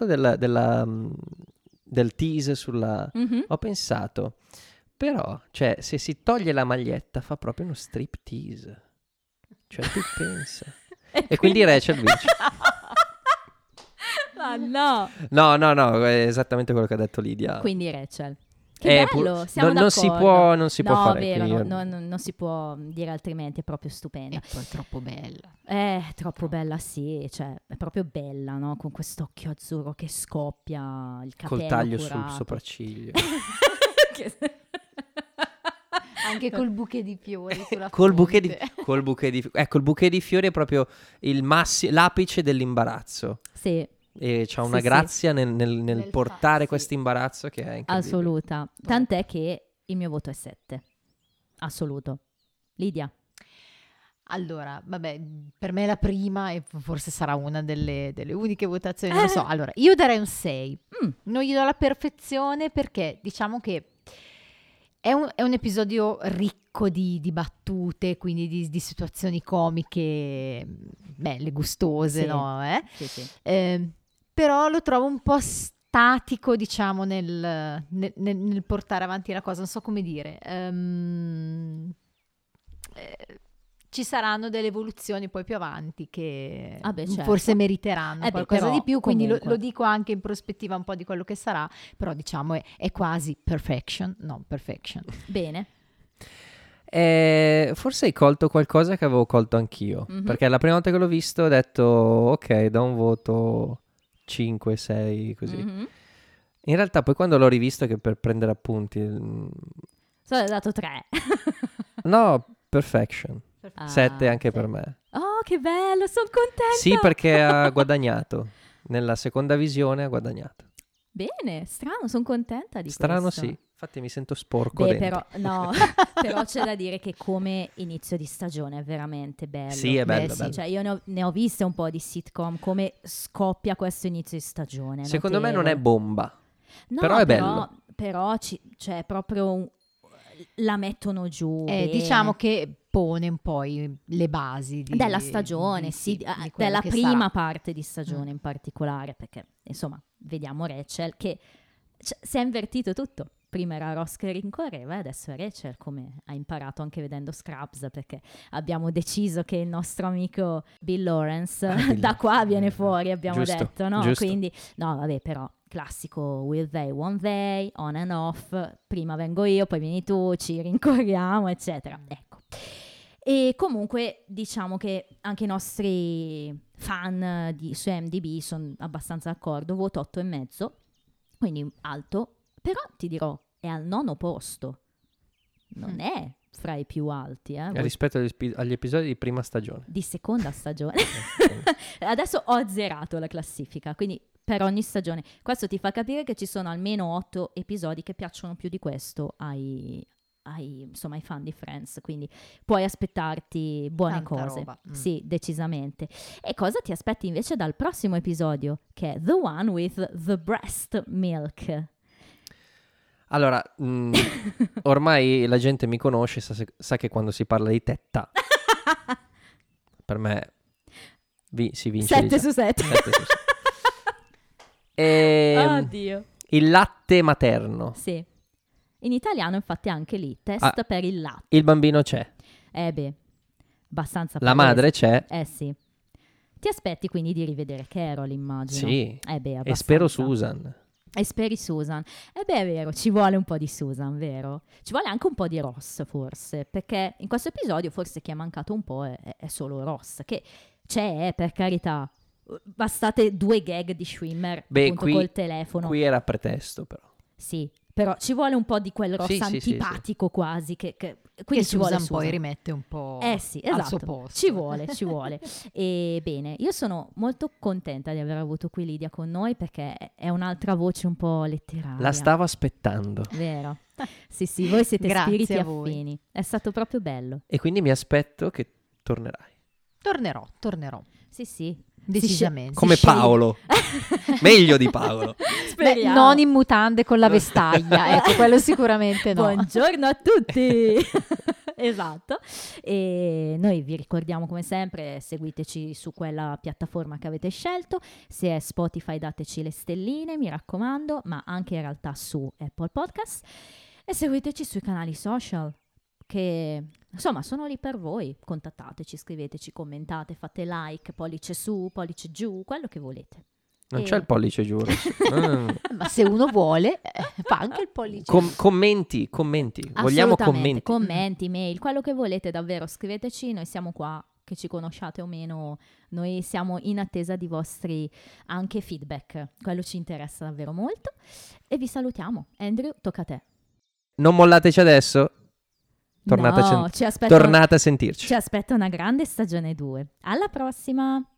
Speaker 1: del tease sulla...
Speaker 2: Mhm.
Speaker 1: ho pensato, però, cioè, se si toglie la maglietta fa proprio uno strip tease. Cioè, tu pensa. E quindi Rachel vince.
Speaker 2: Ma no!
Speaker 1: No, è esattamente quello che ha detto Lidia.
Speaker 2: Quindi Rachel. Che bello, siamo
Speaker 1: non si
Speaker 2: d'accordo.
Speaker 1: può
Speaker 2: No,
Speaker 1: fare
Speaker 2: vero,
Speaker 1: qui, io-
Speaker 2: non si può dire altrimenti, è proprio stupenda.
Speaker 3: E poi è troppo bella.
Speaker 2: È troppo bella, sì, cioè è proprio bella, no? Con quest'occhio azzurro che scoppia, il capello
Speaker 1: col taglio sul
Speaker 2: curato.
Speaker 1: sopracciglio.
Speaker 2: Che-
Speaker 3: Anche col bouquet di fiori sulla
Speaker 1: Col bouquet di,
Speaker 3: fronte.
Speaker 1: col bouquet di fiori è proprio l'apice dell'imbarazzo.
Speaker 2: Sì,
Speaker 1: E c'ha una
Speaker 2: Sì, sì.
Speaker 1: grazia nel
Speaker 3: Nel
Speaker 1: portare
Speaker 3: sì.
Speaker 1: questo imbarazzo che è incredibile.
Speaker 2: assoluta. Tant'è che il mio voto è 7. Assoluto. Lidia.
Speaker 3: Allora, vabbè, per me è la prima e forse sarà una delle uniche votazioni, non lo so. Allora, io darei un 6. Non gli do la perfezione perché diciamo che è un episodio ricco di battute, quindi di situazioni comiche, belle, gustose,
Speaker 2: Sì.
Speaker 3: no?
Speaker 2: Sì, sì.
Speaker 3: Però lo trovo un po' statico, diciamo, nel portare avanti la cosa, non so come dire. Ci saranno delle evoluzioni poi più avanti che
Speaker 2: Ah beh, certo.
Speaker 3: forse meriteranno
Speaker 2: Beh,
Speaker 3: qualcosa
Speaker 2: però,
Speaker 3: di più, quindi
Speaker 2: comunque.
Speaker 3: lo dico anche in prospettiva un po' di quello che sarà, però diciamo è quasi perfection, non perfection.
Speaker 2: Bene.
Speaker 1: Forse hai colto qualcosa che avevo colto anch'io.
Speaker 2: Mhm.
Speaker 1: Perché la prima volta che l'ho visto ho detto, ok, do un voto 5, 6, così.
Speaker 2: Mhm.
Speaker 1: In realtà poi quando l'ho rivisto, che per prendere appunti...
Speaker 2: Solo ho dato 3.
Speaker 1: no, perfection.
Speaker 2: Ah,
Speaker 1: 7 anche
Speaker 2: sì.
Speaker 1: per me.
Speaker 2: Oh, che bello, sono contenta.
Speaker 1: Sì, perché ha guadagnato. Nella seconda visione ha guadagnato.
Speaker 2: Bene, strano, sono contenta di
Speaker 1: Strano
Speaker 2: questo.
Speaker 1: sì. Infatti mi sento sporco
Speaker 2: Beh,
Speaker 1: dentro.
Speaker 2: però, no, però c'è da dire che come inizio di stagione è veramente bello.
Speaker 1: Sì, è bello,
Speaker 3: Beh, sì.
Speaker 1: bello.
Speaker 2: Cioè, io ne ho viste un po' di sitcom, come scoppia questo inizio di stagione.
Speaker 1: Secondo me non è
Speaker 2: notevole.
Speaker 1: bomba.
Speaker 2: No,
Speaker 1: però è bello.
Speaker 2: Però c'è proprio la mettono giù. bene.
Speaker 3: Diciamo che pone un po' le basi
Speaker 2: della stagione, sì,
Speaker 3: di quello
Speaker 2: della
Speaker 3: che
Speaker 2: prima
Speaker 3: sarà.
Speaker 2: parte di stagione in particolare, perché insomma vediamo Rachel che si è invertito tutto. prima era Ross che rincorreva e adesso è Rachel, come ha imparato anche vedendo Scrubs, perché abbiamo deciso che il nostro amico Bill Lawrence
Speaker 1: Bill
Speaker 2: da qua viene fuori, abbiamo
Speaker 1: Giusto,
Speaker 2: detto, no?
Speaker 1: giusto.
Speaker 2: Quindi, no, vabbè, però classico will they, won't they, on and off, prima vengo io, poi vieni tu, ci rincorriamo, eccetera. Ecco. E comunque diciamo che anche i nostri fan su IMDb sono abbastanza d'accordo, voto 8,5, quindi alto, però ti dirò, è al 9° posto, non è fra i più alti,
Speaker 1: Rispetto agli episodi di prima stagione.
Speaker 2: di seconda stagione. Adesso ho azzerato la classifica, quindi per ogni stagione. Questo ti fa capire che ci sono almeno 8 episodi che piacciono più di questo insomma, ai fan di Friends, quindi puoi aspettarti buone
Speaker 3: Tanta
Speaker 2: cose.
Speaker 3: roba.
Speaker 2: Sì, decisamente. E cosa ti aspetti invece dal prossimo episodio, che è The One with the Breast Milk?
Speaker 1: Allora, ormai la gente mi conosce, sa che quando si parla di tetta, per me si vince.
Speaker 2: 7 su 7.
Speaker 1: 7 su 7.
Speaker 2: Oddio.
Speaker 1: Il latte materno.
Speaker 2: Sì. In italiano infatti anche lì, test per il latte.
Speaker 1: Il bambino c'è.
Speaker 2: Beh, abbastanza
Speaker 1: La
Speaker 2: palese.
Speaker 1: madre c'è.
Speaker 2: Sì. Ti aspetti quindi di rivedere Carol, immagino.
Speaker 1: Sì.
Speaker 2: Beh,
Speaker 1: E
Speaker 2: abbastanza.
Speaker 1: spero Susan.
Speaker 2: E speri Susan. Beh, è vero, ci vuole un po' di Susan, vero? Ci vuole anche un po' di Ross, forse, perché in questo episodio forse chi è mancato un po' è solo Ross, che c'è, per carità. Bastate 2 gag di Schwimmer, appunto, col telefono.
Speaker 1: Qui era pretesto, però.
Speaker 2: Sì, però ci vuole un po' di quel Ross
Speaker 1: Sì, sì,
Speaker 2: antipatico quasi, quindi
Speaker 3: Che
Speaker 2: ci vuole
Speaker 3: Susan poi
Speaker 2: Susan.
Speaker 3: rimette un po'
Speaker 2: Sì,
Speaker 3: al
Speaker 2: esatto.
Speaker 3: suo posto.
Speaker 2: Ci vuole. E bene, io sono molto contenta di aver avuto qui Lidia con noi, perché è un'altra voce un po' letteraria.
Speaker 1: La stavo aspettando.
Speaker 2: Vero. Sì, voi siete
Speaker 3: Grazie
Speaker 2: spiriti
Speaker 3: a voi.
Speaker 2: affini. È stato proprio bello.
Speaker 1: E quindi mi aspetto che tornerai.
Speaker 3: Tornerò.
Speaker 2: Sì.
Speaker 3: Decisamente.
Speaker 1: Come
Speaker 2: sceglie.
Speaker 1: Paolo. Meglio di Paolo.
Speaker 3: Beh, non in mutande con la vestaglia, ecco, quello sicuramente no.
Speaker 2: Buongiorno a tutti. Esatto. E noi vi ricordiamo come sempre, seguiteci su quella piattaforma che avete scelto. Se è Spotify dateci le stelline, mi raccomando, ma anche in realtà su Apple Podcast. E seguiteci sui canali social, che insomma sono lì per voi. Contattateci, scriveteci, commentate, fate like, pollice su, pollice giù, quello che volete.
Speaker 1: Non c'è il pollice giù.
Speaker 3: Ma se uno vuole, fa anche il pollice.
Speaker 1: Commenti. Vogliamo
Speaker 2: Assolutamente.
Speaker 1: commenti.
Speaker 2: Commenti, mail, quello che volete, davvero, scriveteci, noi siamo qua, che ci conosciate o meno, noi siamo in attesa di vostri anche feedback, quello ci interessa davvero molto. E vi salutiamo. Andrew, tocca a te.
Speaker 1: Non mollateci adesso. Tornate,
Speaker 2: No, ci aspetta
Speaker 1: tornate a sentirci.
Speaker 2: una grande stagione 2. Alla prossima!